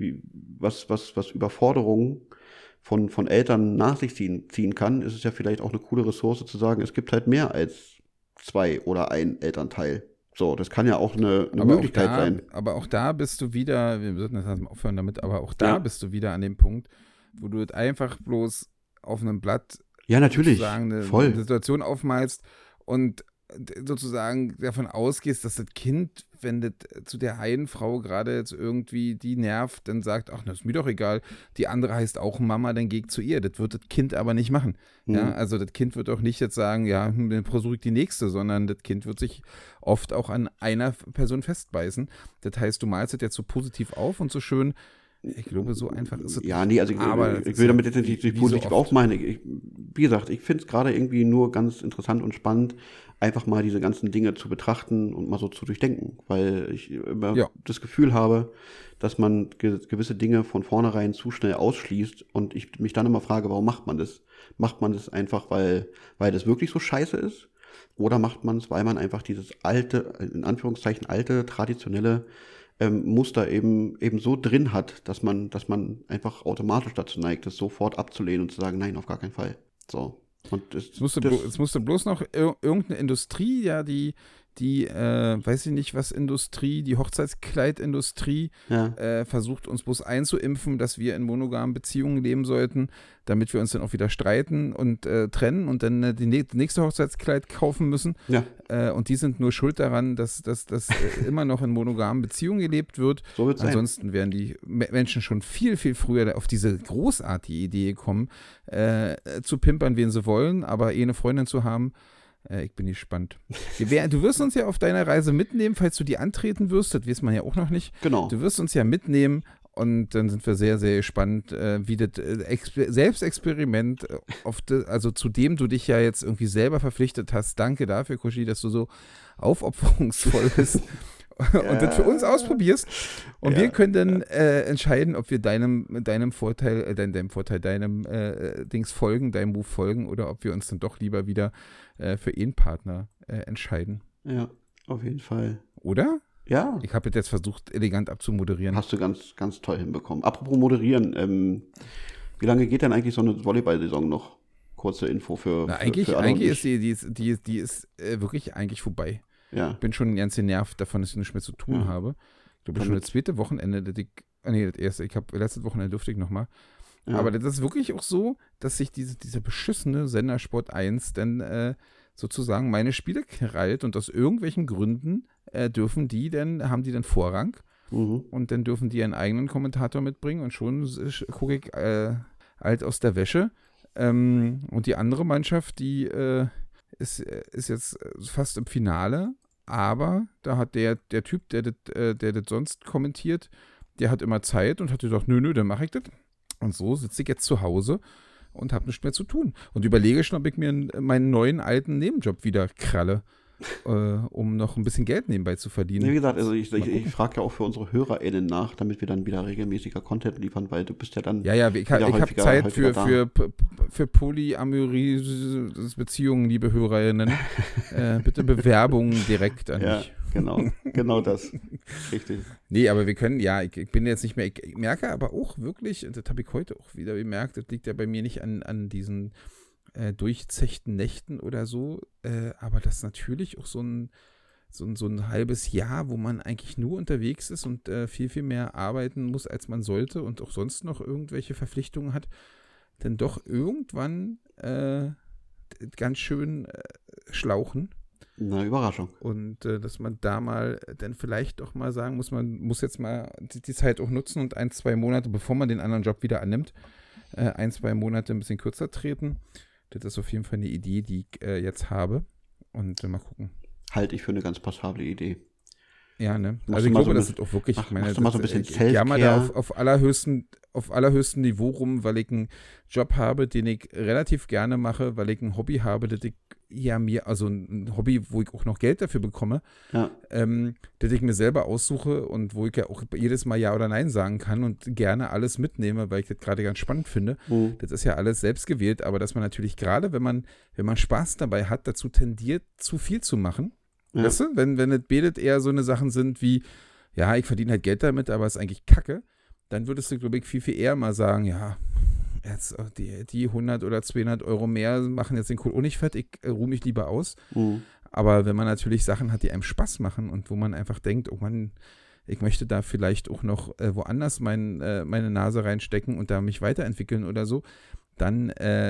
was Überforderung von Eltern nach sich ziehen kann, ist es ja vielleicht auch eine coole Ressource zu sagen, es gibt halt mehr als 2 oder ein Elternteil. So, das kann ja auch eine Möglichkeit sein. Aber auch da bist du wieder, wir sollten jetzt aufhören damit, aber auch da bist du wieder an dem Punkt, wo du einfach bloß auf einem Blatt sozusagen eine Situation aufmalst und sozusagen davon ausgehst, dass das Kind, wenn das zu der einen Frau gerade jetzt irgendwie die nervt, dann sagt, ach, das ist mir doch egal, die andere heißt auch Mama, dann geh ich zu ihr. Das wird das Kind aber nicht machen. Ja, also das Kind wird auch nicht jetzt sagen, ja, dann versuche ich die nächste, sondern das Kind wird sich oft auch an einer Person festbeißen. Das heißt, du malst das jetzt so positiv auf und so schön. Ich glaube, so einfach ist es. Ja, nee, also ich will damit jetzt nicht positiv aufmalen. Wie gesagt, ich finde es gerade irgendwie nur ganz interessant und spannend, einfach mal diese ganzen Dinge zu betrachten und mal so zu durchdenken, weil ich immer das Gefühl habe, dass man gewisse Dinge von vornherein zu schnell ausschließt und ich mich dann immer frage, warum macht man das? Macht man das einfach, weil das wirklich so scheiße ist? Oder macht man es, weil man einfach dieses alte, in Anführungszeichen alte, traditionelle Muster eben so drin hat, dass man einfach automatisch dazu neigt, das sofort abzulehnen und zu sagen, nein, auf gar keinen Fall. So. Und es musste bloß noch irgendeine Industrie, ja, die die, weiß ich nicht was, Industrie, die Hochzeitskleidindustrie versucht uns bloß einzuimpfen, dass wir in monogamen Beziehungen leben sollten, damit wir uns dann auch wieder streiten und trennen und dann die nächste Hochzeitskleid kaufen müssen. Ja. Und die sind nur schuld daran, dass immer noch in monogamen Beziehungen gelebt wird. So wird's Ansonsten wären die Menschen schon viel, viel früher auf diese großartige Idee gekommen, zu pimpern, wen sie wollen, aber eine Freundin zu haben. Ich bin gespannt. Du wirst uns ja auf deiner Reise mitnehmen, falls du die antreten wirst. Das weiß man ja auch noch nicht. Genau. Du wirst uns ja mitnehmen und dann sind wir sehr, sehr gespannt, wie das Selbstexperiment, also zu dem du dich ja jetzt irgendwie selber verpflichtet hast. Danke dafür, Kushi, dass du so aufopferungsvoll bist. Und das für uns ausprobierst. Und wir können dann entscheiden, ob wir deinem Dings folgen, deinem Move folgen, oder ob wir uns dann doch lieber wieder für einen Partner entscheiden. Ja, auf jeden Fall. Oder? Ja. Ich habe jetzt versucht, elegant abzumoderieren. Hast du ganz, ganz toll hinbekommen. Apropos moderieren, wie lange geht denn eigentlich so eine Volleyball-Saison noch? Kurze Info für eigentlich ist die ist wirklich eigentlich vorbei. Ja. Ich bin schon ganz genervt davon, dass ich nichts mehr zu tun habe. Ich glaube, schon das zweite Wochenende, das erste, letztes Wochenende durfte ich nochmal. Ja. Aber das ist wirklich auch so, dass sich dieser beschissene Sender Sport 1 dann sozusagen meine Spiele krallt und aus irgendwelchen Gründen haben die dann Vorrang und dann dürfen die einen eigenen Kommentator mitbringen und schon gucke ich alt aus der Wäsche. Und die andere Mannschaft, die ist jetzt fast im Finale, aber da hat der Typ, der das sonst kommentiert, der hat immer Zeit und hat gesagt, nö, dann mache ich das. Und so sitze ich jetzt zu Hause und habe nichts mehr zu tun. Und überlege schon, ob ich mir meinen neuen alten Nebenjob wieder kralle, um noch ein bisschen Geld nebenbei zu verdienen. Wie gesagt, also ich frage ja auch für unsere HörerInnen nach, damit wir dann wieder regelmäßiger Content liefern, weil du bist ja dann ich habe Zeit für polyamoröse Beziehungen, liebe HörerInnen. Bitte Bewerbungen direkt an mich. Genau das. Richtig. Nee, aber wir können, ich bin jetzt nicht mehr, ich merke aber auch wirklich, und das habe ich heute auch wieder bemerkt, das liegt ja bei mir nicht an diesen durchzechten Nächten oder so, aber das natürlich auch so ein halbes Jahr, wo man eigentlich nur unterwegs ist und viel, viel mehr arbeiten muss, als man sollte und auch sonst noch irgendwelche Verpflichtungen hat, dann doch irgendwann ganz schön schlauchen. Na, Überraschung. Und dass man da mal dann vielleicht auch mal sagen muss, man muss jetzt mal die Zeit auch nutzen und 1-2 Monate, bevor man den anderen Job wieder annimmt, 1-2 Monate ein bisschen kürzer treten. Das ist auf jeden Fall eine Idee, die ich jetzt habe. Und mal gucken. Halte ich für eine ganz passable Idee. Ja, ne? Also ich glaube, das ist auch wirklich, machst du mal so ein bisschen Selfcare? Ich jammer da auf allerhöchstem Niveau rum, weil ich einen Job habe, den ich relativ gerne mache, weil ich ein Hobby habe, das ich also ein Hobby, wo ich auch noch Geld dafür bekomme, das ich mir selber aussuche und wo ich ja auch jedes Mal Ja oder Nein sagen kann und gerne alles mitnehme, weil ich das gerade ganz spannend finde. Das ist ja alles selbst gewählt, aber dass man natürlich gerade, wenn man Spaß dabei hat, dazu tendiert, zu viel zu machen. Ja. Weißt du, wenn das betet eher so eine Sachen sind wie, ja, ich verdiene halt Geld damit, aber es ist eigentlich Kacke, dann würdest du, glaube ich, viel, viel eher mal sagen, ja, jetzt die 100 oder 200 Euro mehr machen jetzt den Kohl auch nicht fett, ich ruhe mich lieber aus. Aber wenn man natürlich Sachen hat, die einem Spaß machen und wo man einfach denkt, oh Mann, ich möchte da vielleicht auch noch woanders meine Nase reinstecken und da mich weiterentwickeln oder so, dann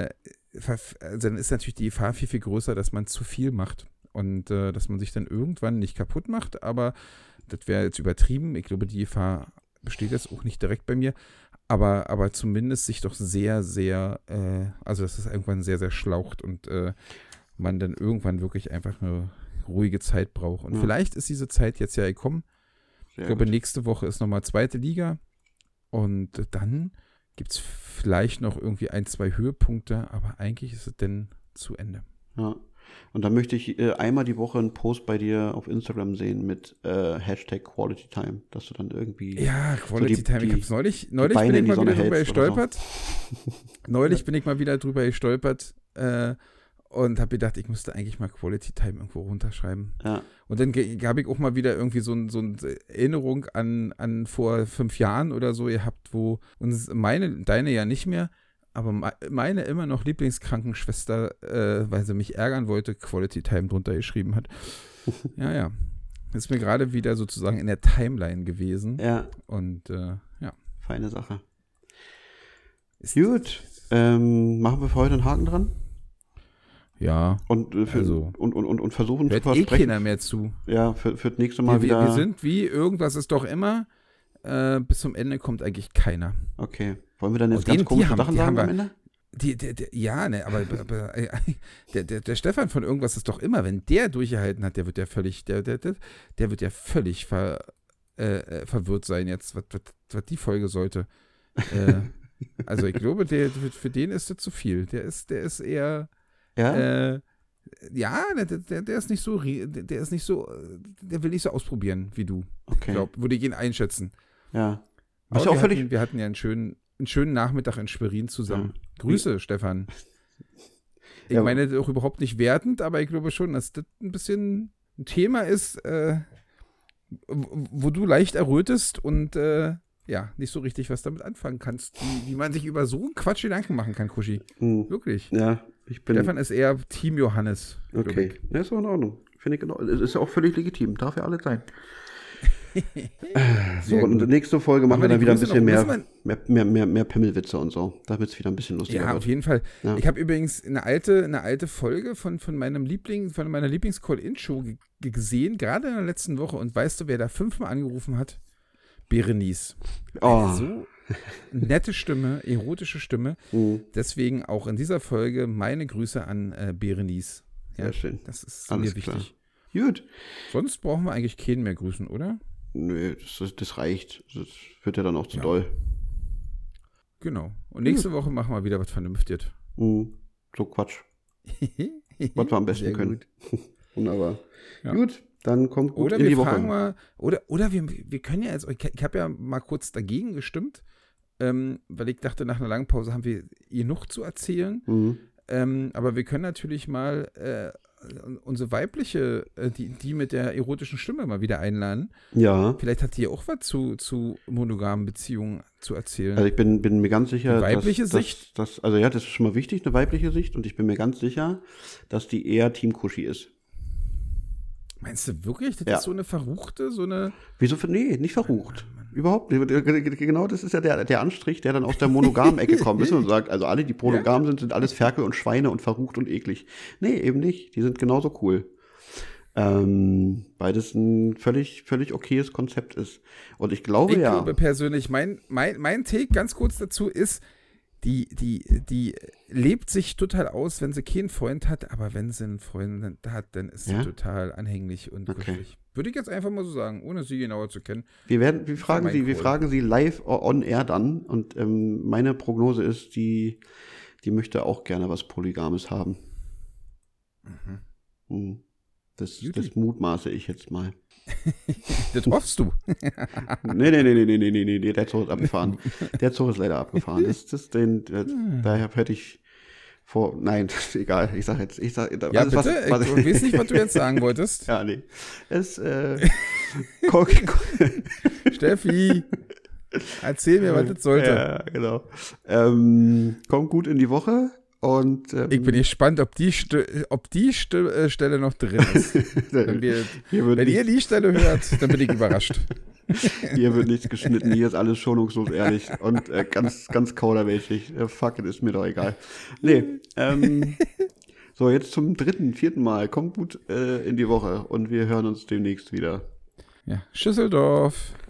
ist natürlich die Gefahr viel, viel größer, dass man zu viel macht. Und dass man sich dann irgendwann nicht kaputt macht, aber das wäre jetzt übertrieben. Ich glaube, die Gefahr besteht jetzt auch nicht direkt bei mir, aber zumindest sich doch sehr, sehr, also dass es irgendwann sehr, sehr schlaucht und man dann irgendwann wirklich einfach eine ruhige Zeit braucht. Und vielleicht ist diese Zeit jetzt ja gekommen. Ich glaube, nächste Woche ist nochmal 2. Liga und dann gibt es vielleicht noch irgendwie 1-2 Höhepunkte, aber eigentlich ist es dann zu Ende. Ja. Und dann möchte ich einmal die Woche einen Post bei dir auf Instagram sehen mit Hashtag Quality Time, dass du dann irgendwie ja, Quality Time, ich hab's neulich bin ich mal wieder drüber gestolpert. Neulich bin ich mal wieder drüber gestolpert und habe gedacht, ich müsste eigentlich mal Quality Time irgendwo runterschreiben. Ja. Und dann habe ich auch mal wieder irgendwie so eine Erinnerung an vor 5 Jahren oder so gehabt, wo deine ja nicht mehr, aber meine immer noch Lieblingskrankenschwester, weil sie mich ärgern wollte, Quality Time drunter geschrieben hat. Ja. Ist mir gerade wieder sozusagen in der Timeline gewesen. Ja. Und ja. Feine Sache. Gut. Machen wir für heute einen Haken dran? Ja. Und versuchen hört zu versprechen. Keiner mehr zu. Ja, für das nächste Mal wieder. Wir sind wie irgendwas ist doch immer. Bis zum Ende kommt eigentlich keiner. Okay. Wollen wir dann jetzt ganz komische Sachen sagen am Ende? Aber der Stefan von irgendwas ist doch immer, wenn der durchgehalten hat, der wird ja völlig verwirrt sein jetzt, was die Folge sollte. Also ich glaube, für den ist das zu viel. Der ist eher ja? Der ist nicht so, der will nicht so ausprobieren wie du. Okay. Würde ich ihn einschätzen. Ja. Aber wir hatten ja einen schönen Nachmittag in Schwerin zusammen. Ja. Grüße, Stefan. Ich meine auch überhaupt nicht wertend, aber ich glaube schon, dass das ein bisschen ein Thema ist, wo du leicht errötest und nicht so richtig was damit anfangen kannst, wie man sich über so einen Quatsch Gedanken machen kann, Kuschi. Wirklich. Ja, Stefan ist eher Team Johannes. Okay, ja, ist auch in Ordnung. Finde ich genau. Ist ja auch völlig legitim. Darf ja alles sein. So, und in der nächsten Folge machen wir dann wieder ein bisschen mehr Pimmelwitze und so. Da wird es wieder ein bisschen lustiger. Ja, auf jeden Fall. Ja. Ich habe übrigens eine alte Folge von meiner Lieblings-Call-In-Show gesehen, gerade in der letzten Woche. Und weißt du, wer da 5-mal angerufen hat? Berenice. Oh. So nette Stimme, erotische Stimme. Deswegen auch in dieser Folge meine Grüße an Berenice. Ja, sehr schön. Das ist alles mir wichtig. Klar. Gut. Sonst brauchen wir eigentlich keinen mehr grüßen, oder? Nö, das reicht. Das wird ja dann auch zu doll. Genau. Und nächste Woche machen wir wieder was Vernünftiges. So Quatsch. Was wir am besten können. Wunderbar. Ja. Gut, dann kommt gut in die Woche. Oder wir können ja jetzt, ich habe ja mal kurz dagegen gestimmt, weil ich dachte, nach einer langen Pause haben wir genug zu erzählen. Aber wir können natürlich mal unsere weibliche, die mit der erotischen Stimme mal wieder einladen. Ja. Vielleicht hat die ja auch was zu monogamen Beziehungen zu erzählen. Also ich bin mir ganz sicher, die weibliche Sicht? das ist schon mal wichtig, eine weibliche Sicht. Und ich bin mir ganz sicher, dass die eher Team Kuschi ist. Meinst du wirklich? Das ist so eine verruchte, so eine... Wieso? Nee, nicht verrucht. Überhaupt nicht. Genau, das ist ja der Anstrich, der dann aus der monogamen Ecke kommt. Wissen und sagt, also alle, die monogam sind alles Ferkel und Schweine und verrucht und eklig. Nee, eben nicht. Die sind genauso cool. Weil das ein völlig okayes Konzept ist. Und ich glaube Ich glaube persönlich, mein Take ganz kurz dazu ist, die lebt sich total aus, wenn sie keinen Freund hat, aber wenn sie einen Freund hat, dann ist sie total anhänglich und kuschelig. Würde ich jetzt einfach mal so sagen, ohne sie genauer zu kennen. Wir fragen sie live on air dann und meine Prognose ist, die möchte auch gerne was Polygames haben. Das mutmaße ich jetzt mal. Das hoffst du. Nee, der Zug ist abgefahren. Der Zug ist leider abgefahren. Daher hätte ich nein, egal. Ich sag jetzt. Ja, bitte? Ich weiß nicht, was du jetzt sagen wolltest. Ja, nee. Steffi, erzähl mir, was das sollte. Ja, genau. Kommt gut in die Woche. Und, ich bin gespannt, ob die Stelle noch drin ist. Wenn ihr die Stelle hört, dann bin ich überrascht. Hier wird nichts geschnitten, hier ist alles schonungslos ehrlich und ganz, ganz kauderwelschig. Fuck it, ist mir doch egal. Nee, so jetzt zum 3., 4. Mal. Kommt gut in die Woche und wir hören uns demnächst wieder. Ja, Schüsseldorf.